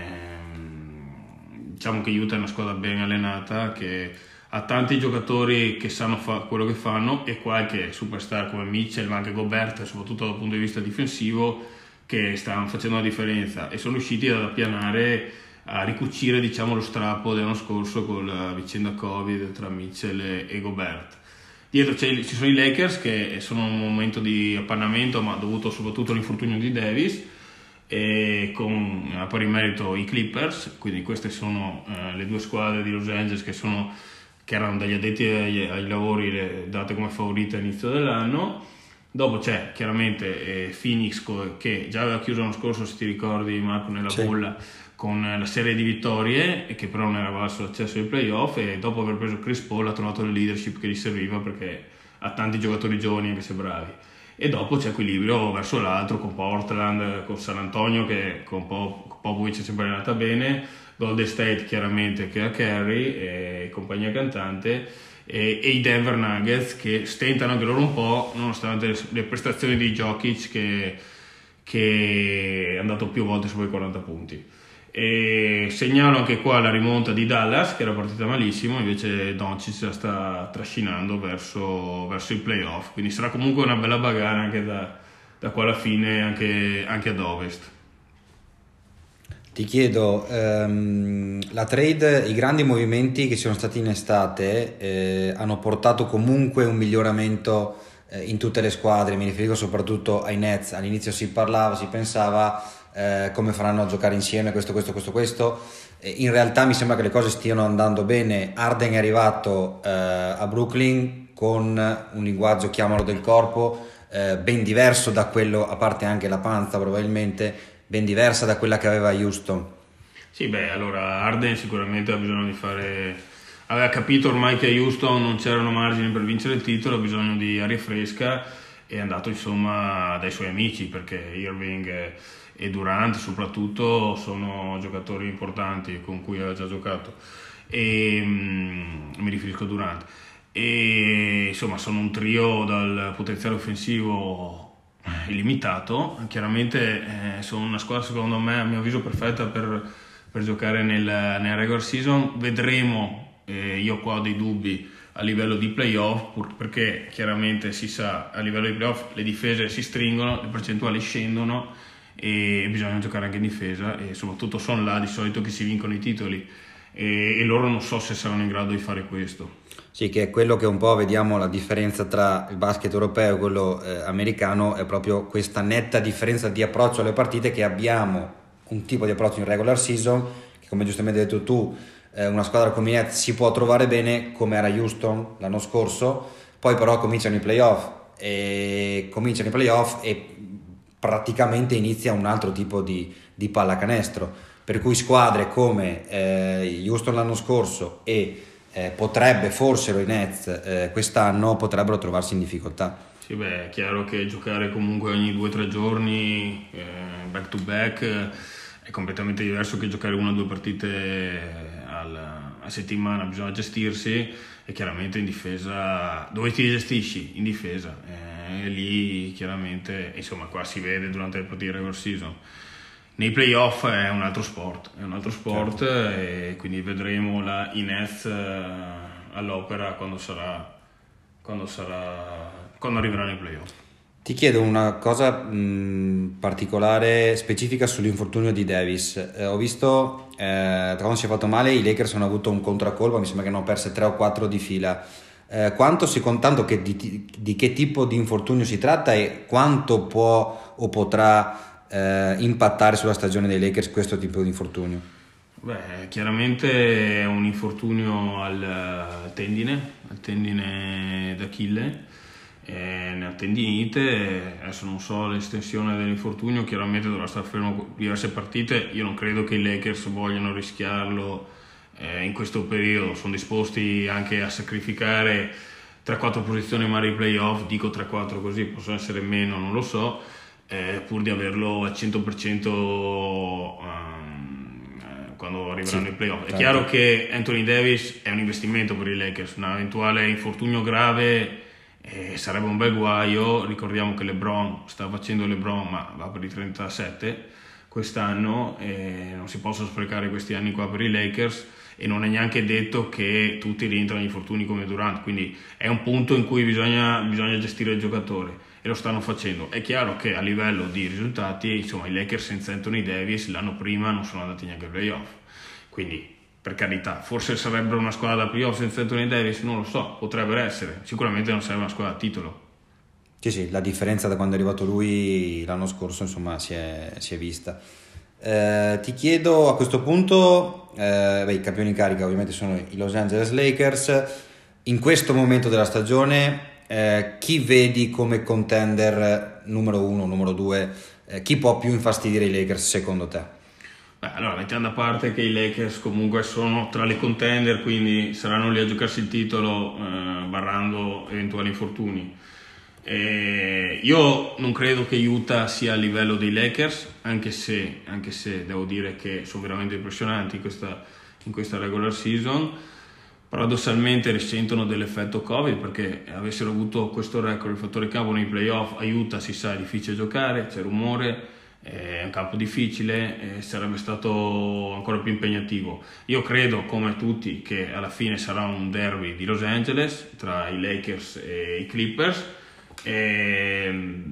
diciamo che Utah è una squadra ben allenata, che ha tanti giocatori che sanno fare quello che fanno e qualche superstar come Mitchell, ma anche Gobert, soprattutto dal punto di vista difensivo, che stanno facendo la differenza e sono riusciti ad appianare, a ricucire diciamo lo strappo dell'anno scorso con la vicenda Covid tra Mitchell e, e Gobert. Dietro ci sono i Lakers, che sono in un momento di appannamento, ma dovuto soprattutto all'infortunio di Davis, e con a pari merito i Clippers. Quindi queste sono eh, le due squadre di Los Angeles che, sono, che erano dagli addetti ai, ai lavori le, date come favorite all'inizio dell'anno. Dopo c'è chiaramente eh, Phoenix, che già aveva chiuso l'anno scorso, se ti ricordi Marco, nella sì. bolla, con la serie di vittorie, e che però non era valso l'accesso ai playoff, e dopo aver preso Chris Paul ha trovato la leadership che gli serviva, perché ha tanti giocatori giovani anche se bravi. E dopo c'è equilibrio verso l'altro, con Portland, con San Antonio, che con Popovich è sempre allenata bene, Golden State chiaramente che ha Curry e compagnia cantante, e, e i Denver Nuggets, che stentano anche loro un po', nonostante le prestazioni di Jokic, che, che è andato più volte sopra i quaranta punti. E segnalo anche qua la rimonta di Dallas, che era partita malissimo, invece Doncic la sta trascinando verso, verso i playoff, quindi sarà comunque una bella bagarre anche da, da qua alla fine, anche, anche ad ovest. Ti chiedo, ehm, la trade, i grandi movimenti che sono stati in estate eh, hanno portato comunque un miglioramento eh, in tutte le squadre. Mi riferisco soprattutto ai Nets. All'inizio si parlava, si pensava eh, come faranno a giocare insieme, questo, questo, questo, questo. Eh, in realtà mi sembra che le cose stiano andando bene. Harden è arrivato eh, a Brooklyn con un linguaggio, chiamalo, del corpo eh, ben diverso da quello, a parte anche la panza probabilmente, ben diversa da quella che aveva Houston. Sì, beh, allora Harden sicuramente ha bisogno di fare, aveva capito ormai che a Houston non c'erano margini per vincere il titolo, ha bisogno di aria fresca, e è andato insomma dai suoi amici, perché Irving e Durant soprattutto sono giocatori importanti con cui aveva già giocato, e mm, mi riferisco a Durant, e insomma sono un trio dal potenziale offensivo illimitato. Chiaramente eh, sono una squadra, secondo me, a mio avviso perfetta per, per giocare nel, nel regular season. Vedremo, eh, io qua ho dei dubbi a livello di playoff, pur, perché chiaramente si sa, a livello di playoff le difese si stringono, le percentuali scendono e bisogna giocare anche in difesa, e soprattutto sono là di solito che si vincono i titoli, e, e loro non so se saranno in grado di fare questo. Sì, che è quello che un po' vediamo la differenza tra il basket europeo e quello eh, americano, è proprio questa netta differenza di approccio alle partite, che abbiamo un tipo di approccio in regular season che, come giustamente hai detto tu, eh, una squadra come i Nets si può trovare bene, come era Houston l'anno scorso, poi però cominciano i playoff e cominciano i playoff e praticamente inizia un altro tipo di, di pallacanestro, per cui squadre come eh, Houston l'anno scorso e Eh, potrebbe, forse i Nets eh, quest'anno potrebbero trovarsi in difficoltà. Sì, beh, è chiaro che giocare comunque ogni due o tre giorni eh, back to back eh, è completamente diverso che giocare una o due partite al, a settimana bisogna gestirsi, e chiaramente in difesa, dove ti gestisci? In difesa, e lì chiaramente, insomma, qua si vede durante le partite regular season. Nei playoff è un altro sport, è un altro sport, certo. E quindi vedremo la Inez all'opera quando sarà, quando sarà, quando arriverà nei playoff. Ti chiedo una cosa mh, particolare, specifica sull'infortunio di Davis. Eh, ho visto, eh, quando si è fatto male, i Lakers hanno avuto un contraccolpo, mi sembra che ne hanno perse tre o quattro di fila. Eh, quanto si contando che di, di che tipo di infortunio si tratta e quanto può o potrà eh, impattare sulla stagione dei Lakers questo tipo di infortunio? Beh, chiaramente è un infortunio al tendine, al tendine d'Achille. Eh, ne ha tendinite, adesso non so l'estensione dell'infortunio, chiaramente dovrà stare fermo diverse partite. Io non credo che i Lakers vogliano rischiarlo eh, in questo periodo, sono disposti anche a sacrificare tre quattro posizioni magari ai playoff, dico tre quattro così, possono essere meno, non lo so, eh, pur di averlo al cento per cento um, quando arriveranno sì, i playoff. È chiaro che Anthony Davis è un investimento per i Lakers, un eventuale infortunio grave Eh, sarebbe un bel guaio. Ricordiamo che LeBron sta facendo LeBron, ma va per i trentasette quest'anno, e non si possono sprecare questi anni qua per i Lakers, e non è neanche detto che tutti rientrano in infortuni come Durant, quindi è un punto in cui bisogna, bisogna gestire il giocatore, e lo stanno facendo. È chiaro che a livello di risultati, insomma, i Lakers senza Anthony Davis l'anno prima non sono andati neanche ai playoff, quindi per carità, forse sarebbero una squadra da playoff senza Anthony Davis, non lo so, potrebbero essere, sicuramente non sarebbe una squadra a titolo. Sì, sì, la differenza da quando è arrivato lui l'anno scorso, insomma, si è, si è vista. Eh, ti chiedo a questo punto, eh, beh, i campioni in carica ovviamente sono i Los Angeles Lakers. In questo momento della stagione, eh, chi vedi come contender numero uno, numero due? Eh, chi può più infastidire i Lakers secondo te? Beh, allora, mettiamo da parte che i Lakers comunque sono tra le contender, quindi saranno lì a giocarsi il titolo, eh, barrando eventuali infortuni. E io non credo che Utah sia a livello dei Lakers, anche se, anche se devo dire che sono veramente impressionanti in questa, in questa regular season. Paradossalmente risentono dell'effetto Covid, perché avessero avuto questo record, il fattore campo nei playoff, a Utah si sa è difficile giocare, c'è rumore, è un campo difficile, e sarebbe stato ancora più impegnativo. Io credo, come tutti, che alla fine sarà un derby di Los Angeles tra i Lakers e i Clippers. E,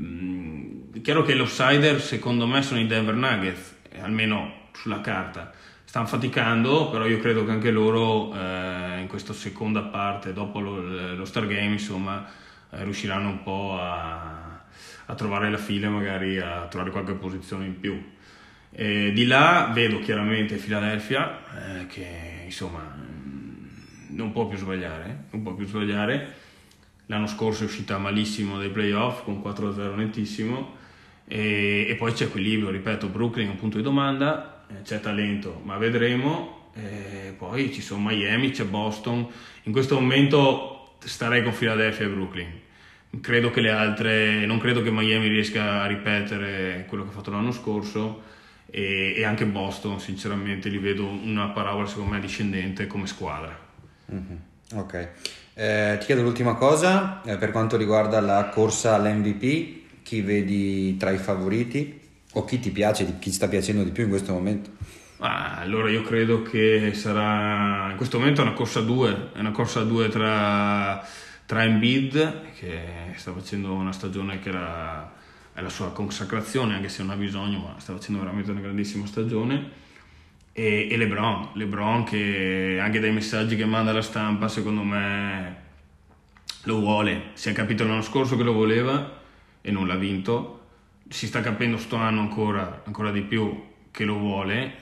è chiaro che l'outsider secondo me sono i Denver Nuggets, almeno sulla carta. Stanno faticando, però io credo che anche loro eh, in questa seconda parte, dopo lo, lo Star Game, insomma, eh, riusciranno un po' a a trovare la fila e magari a trovare qualche posizione in più. E di là vedo chiaramente Philadelphia, eh, che insomma non può più sbagliare, non può più sbagliare. L'anno scorso è uscita malissimo dai playoff con quattro a zero nettissimo, e, e poi c'è equilibrio, ripeto, Brooklyn è un punto di domanda, eh, c'è talento, ma vedremo. E poi ci sono Miami, c'è Boston. In questo momento starei con Philadelphia e Brooklyn. Credo che le altre, non credo che Miami riesca a ripetere quello che ha fatto l'anno scorso, e, e anche Boston sinceramente li vedo una parabola secondo me discendente come squadra. Mm-hmm. Ok, eh, ti chiedo l'ultima cosa, eh, per quanto riguarda la corsa all'M V P, chi vedi tra i favoriti o chi ti piace, chi ti sta piacendo di più in questo momento? Ah, allora io credo che sarà, in questo momento è una corsa a due, è una corsa a due tra tra Embiid, che sta facendo una stagione che era, è la sua consacrazione, anche se non ha bisogno, ma sta facendo veramente una grandissima stagione, e, e LeBron, LeBron che anche dai messaggi che manda alla stampa secondo me lo vuole, si è capito l'anno scorso che lo voleva e non l'ha vinto, si sta capendo sto anno ancora, ancora di più che lo vuole,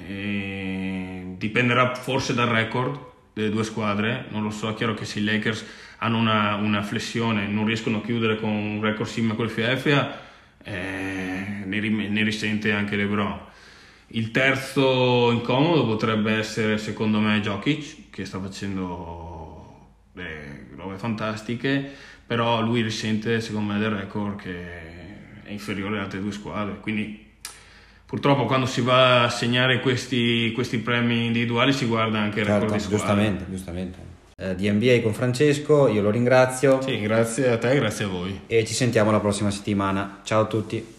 e dipenderà forse dal record delle due squadre, non lo so. È chiaro che se i Lakers hanno una, una flessione, non riescono a chiudere con un record simile a quello di Philadelphia, eh, ne, ne risente anche LeBron. Il terzo incomodo potrebbe essere secondo me Jokic, che sta facendo delle robe fantastiche, però lui risente secondo me del record che è inferiore alle altre due squadre, quindi purtroppo quando si va a assegnare questi, questi premi individuali si guarda anche il Certo, record di squadra. giustamente, giustamente. Eh, di N B A con Francesco, io lo ringrazio. Sì, grazie a te e grazie a voi. E ci sentiamo la prossima settimana. Ciao a tutti.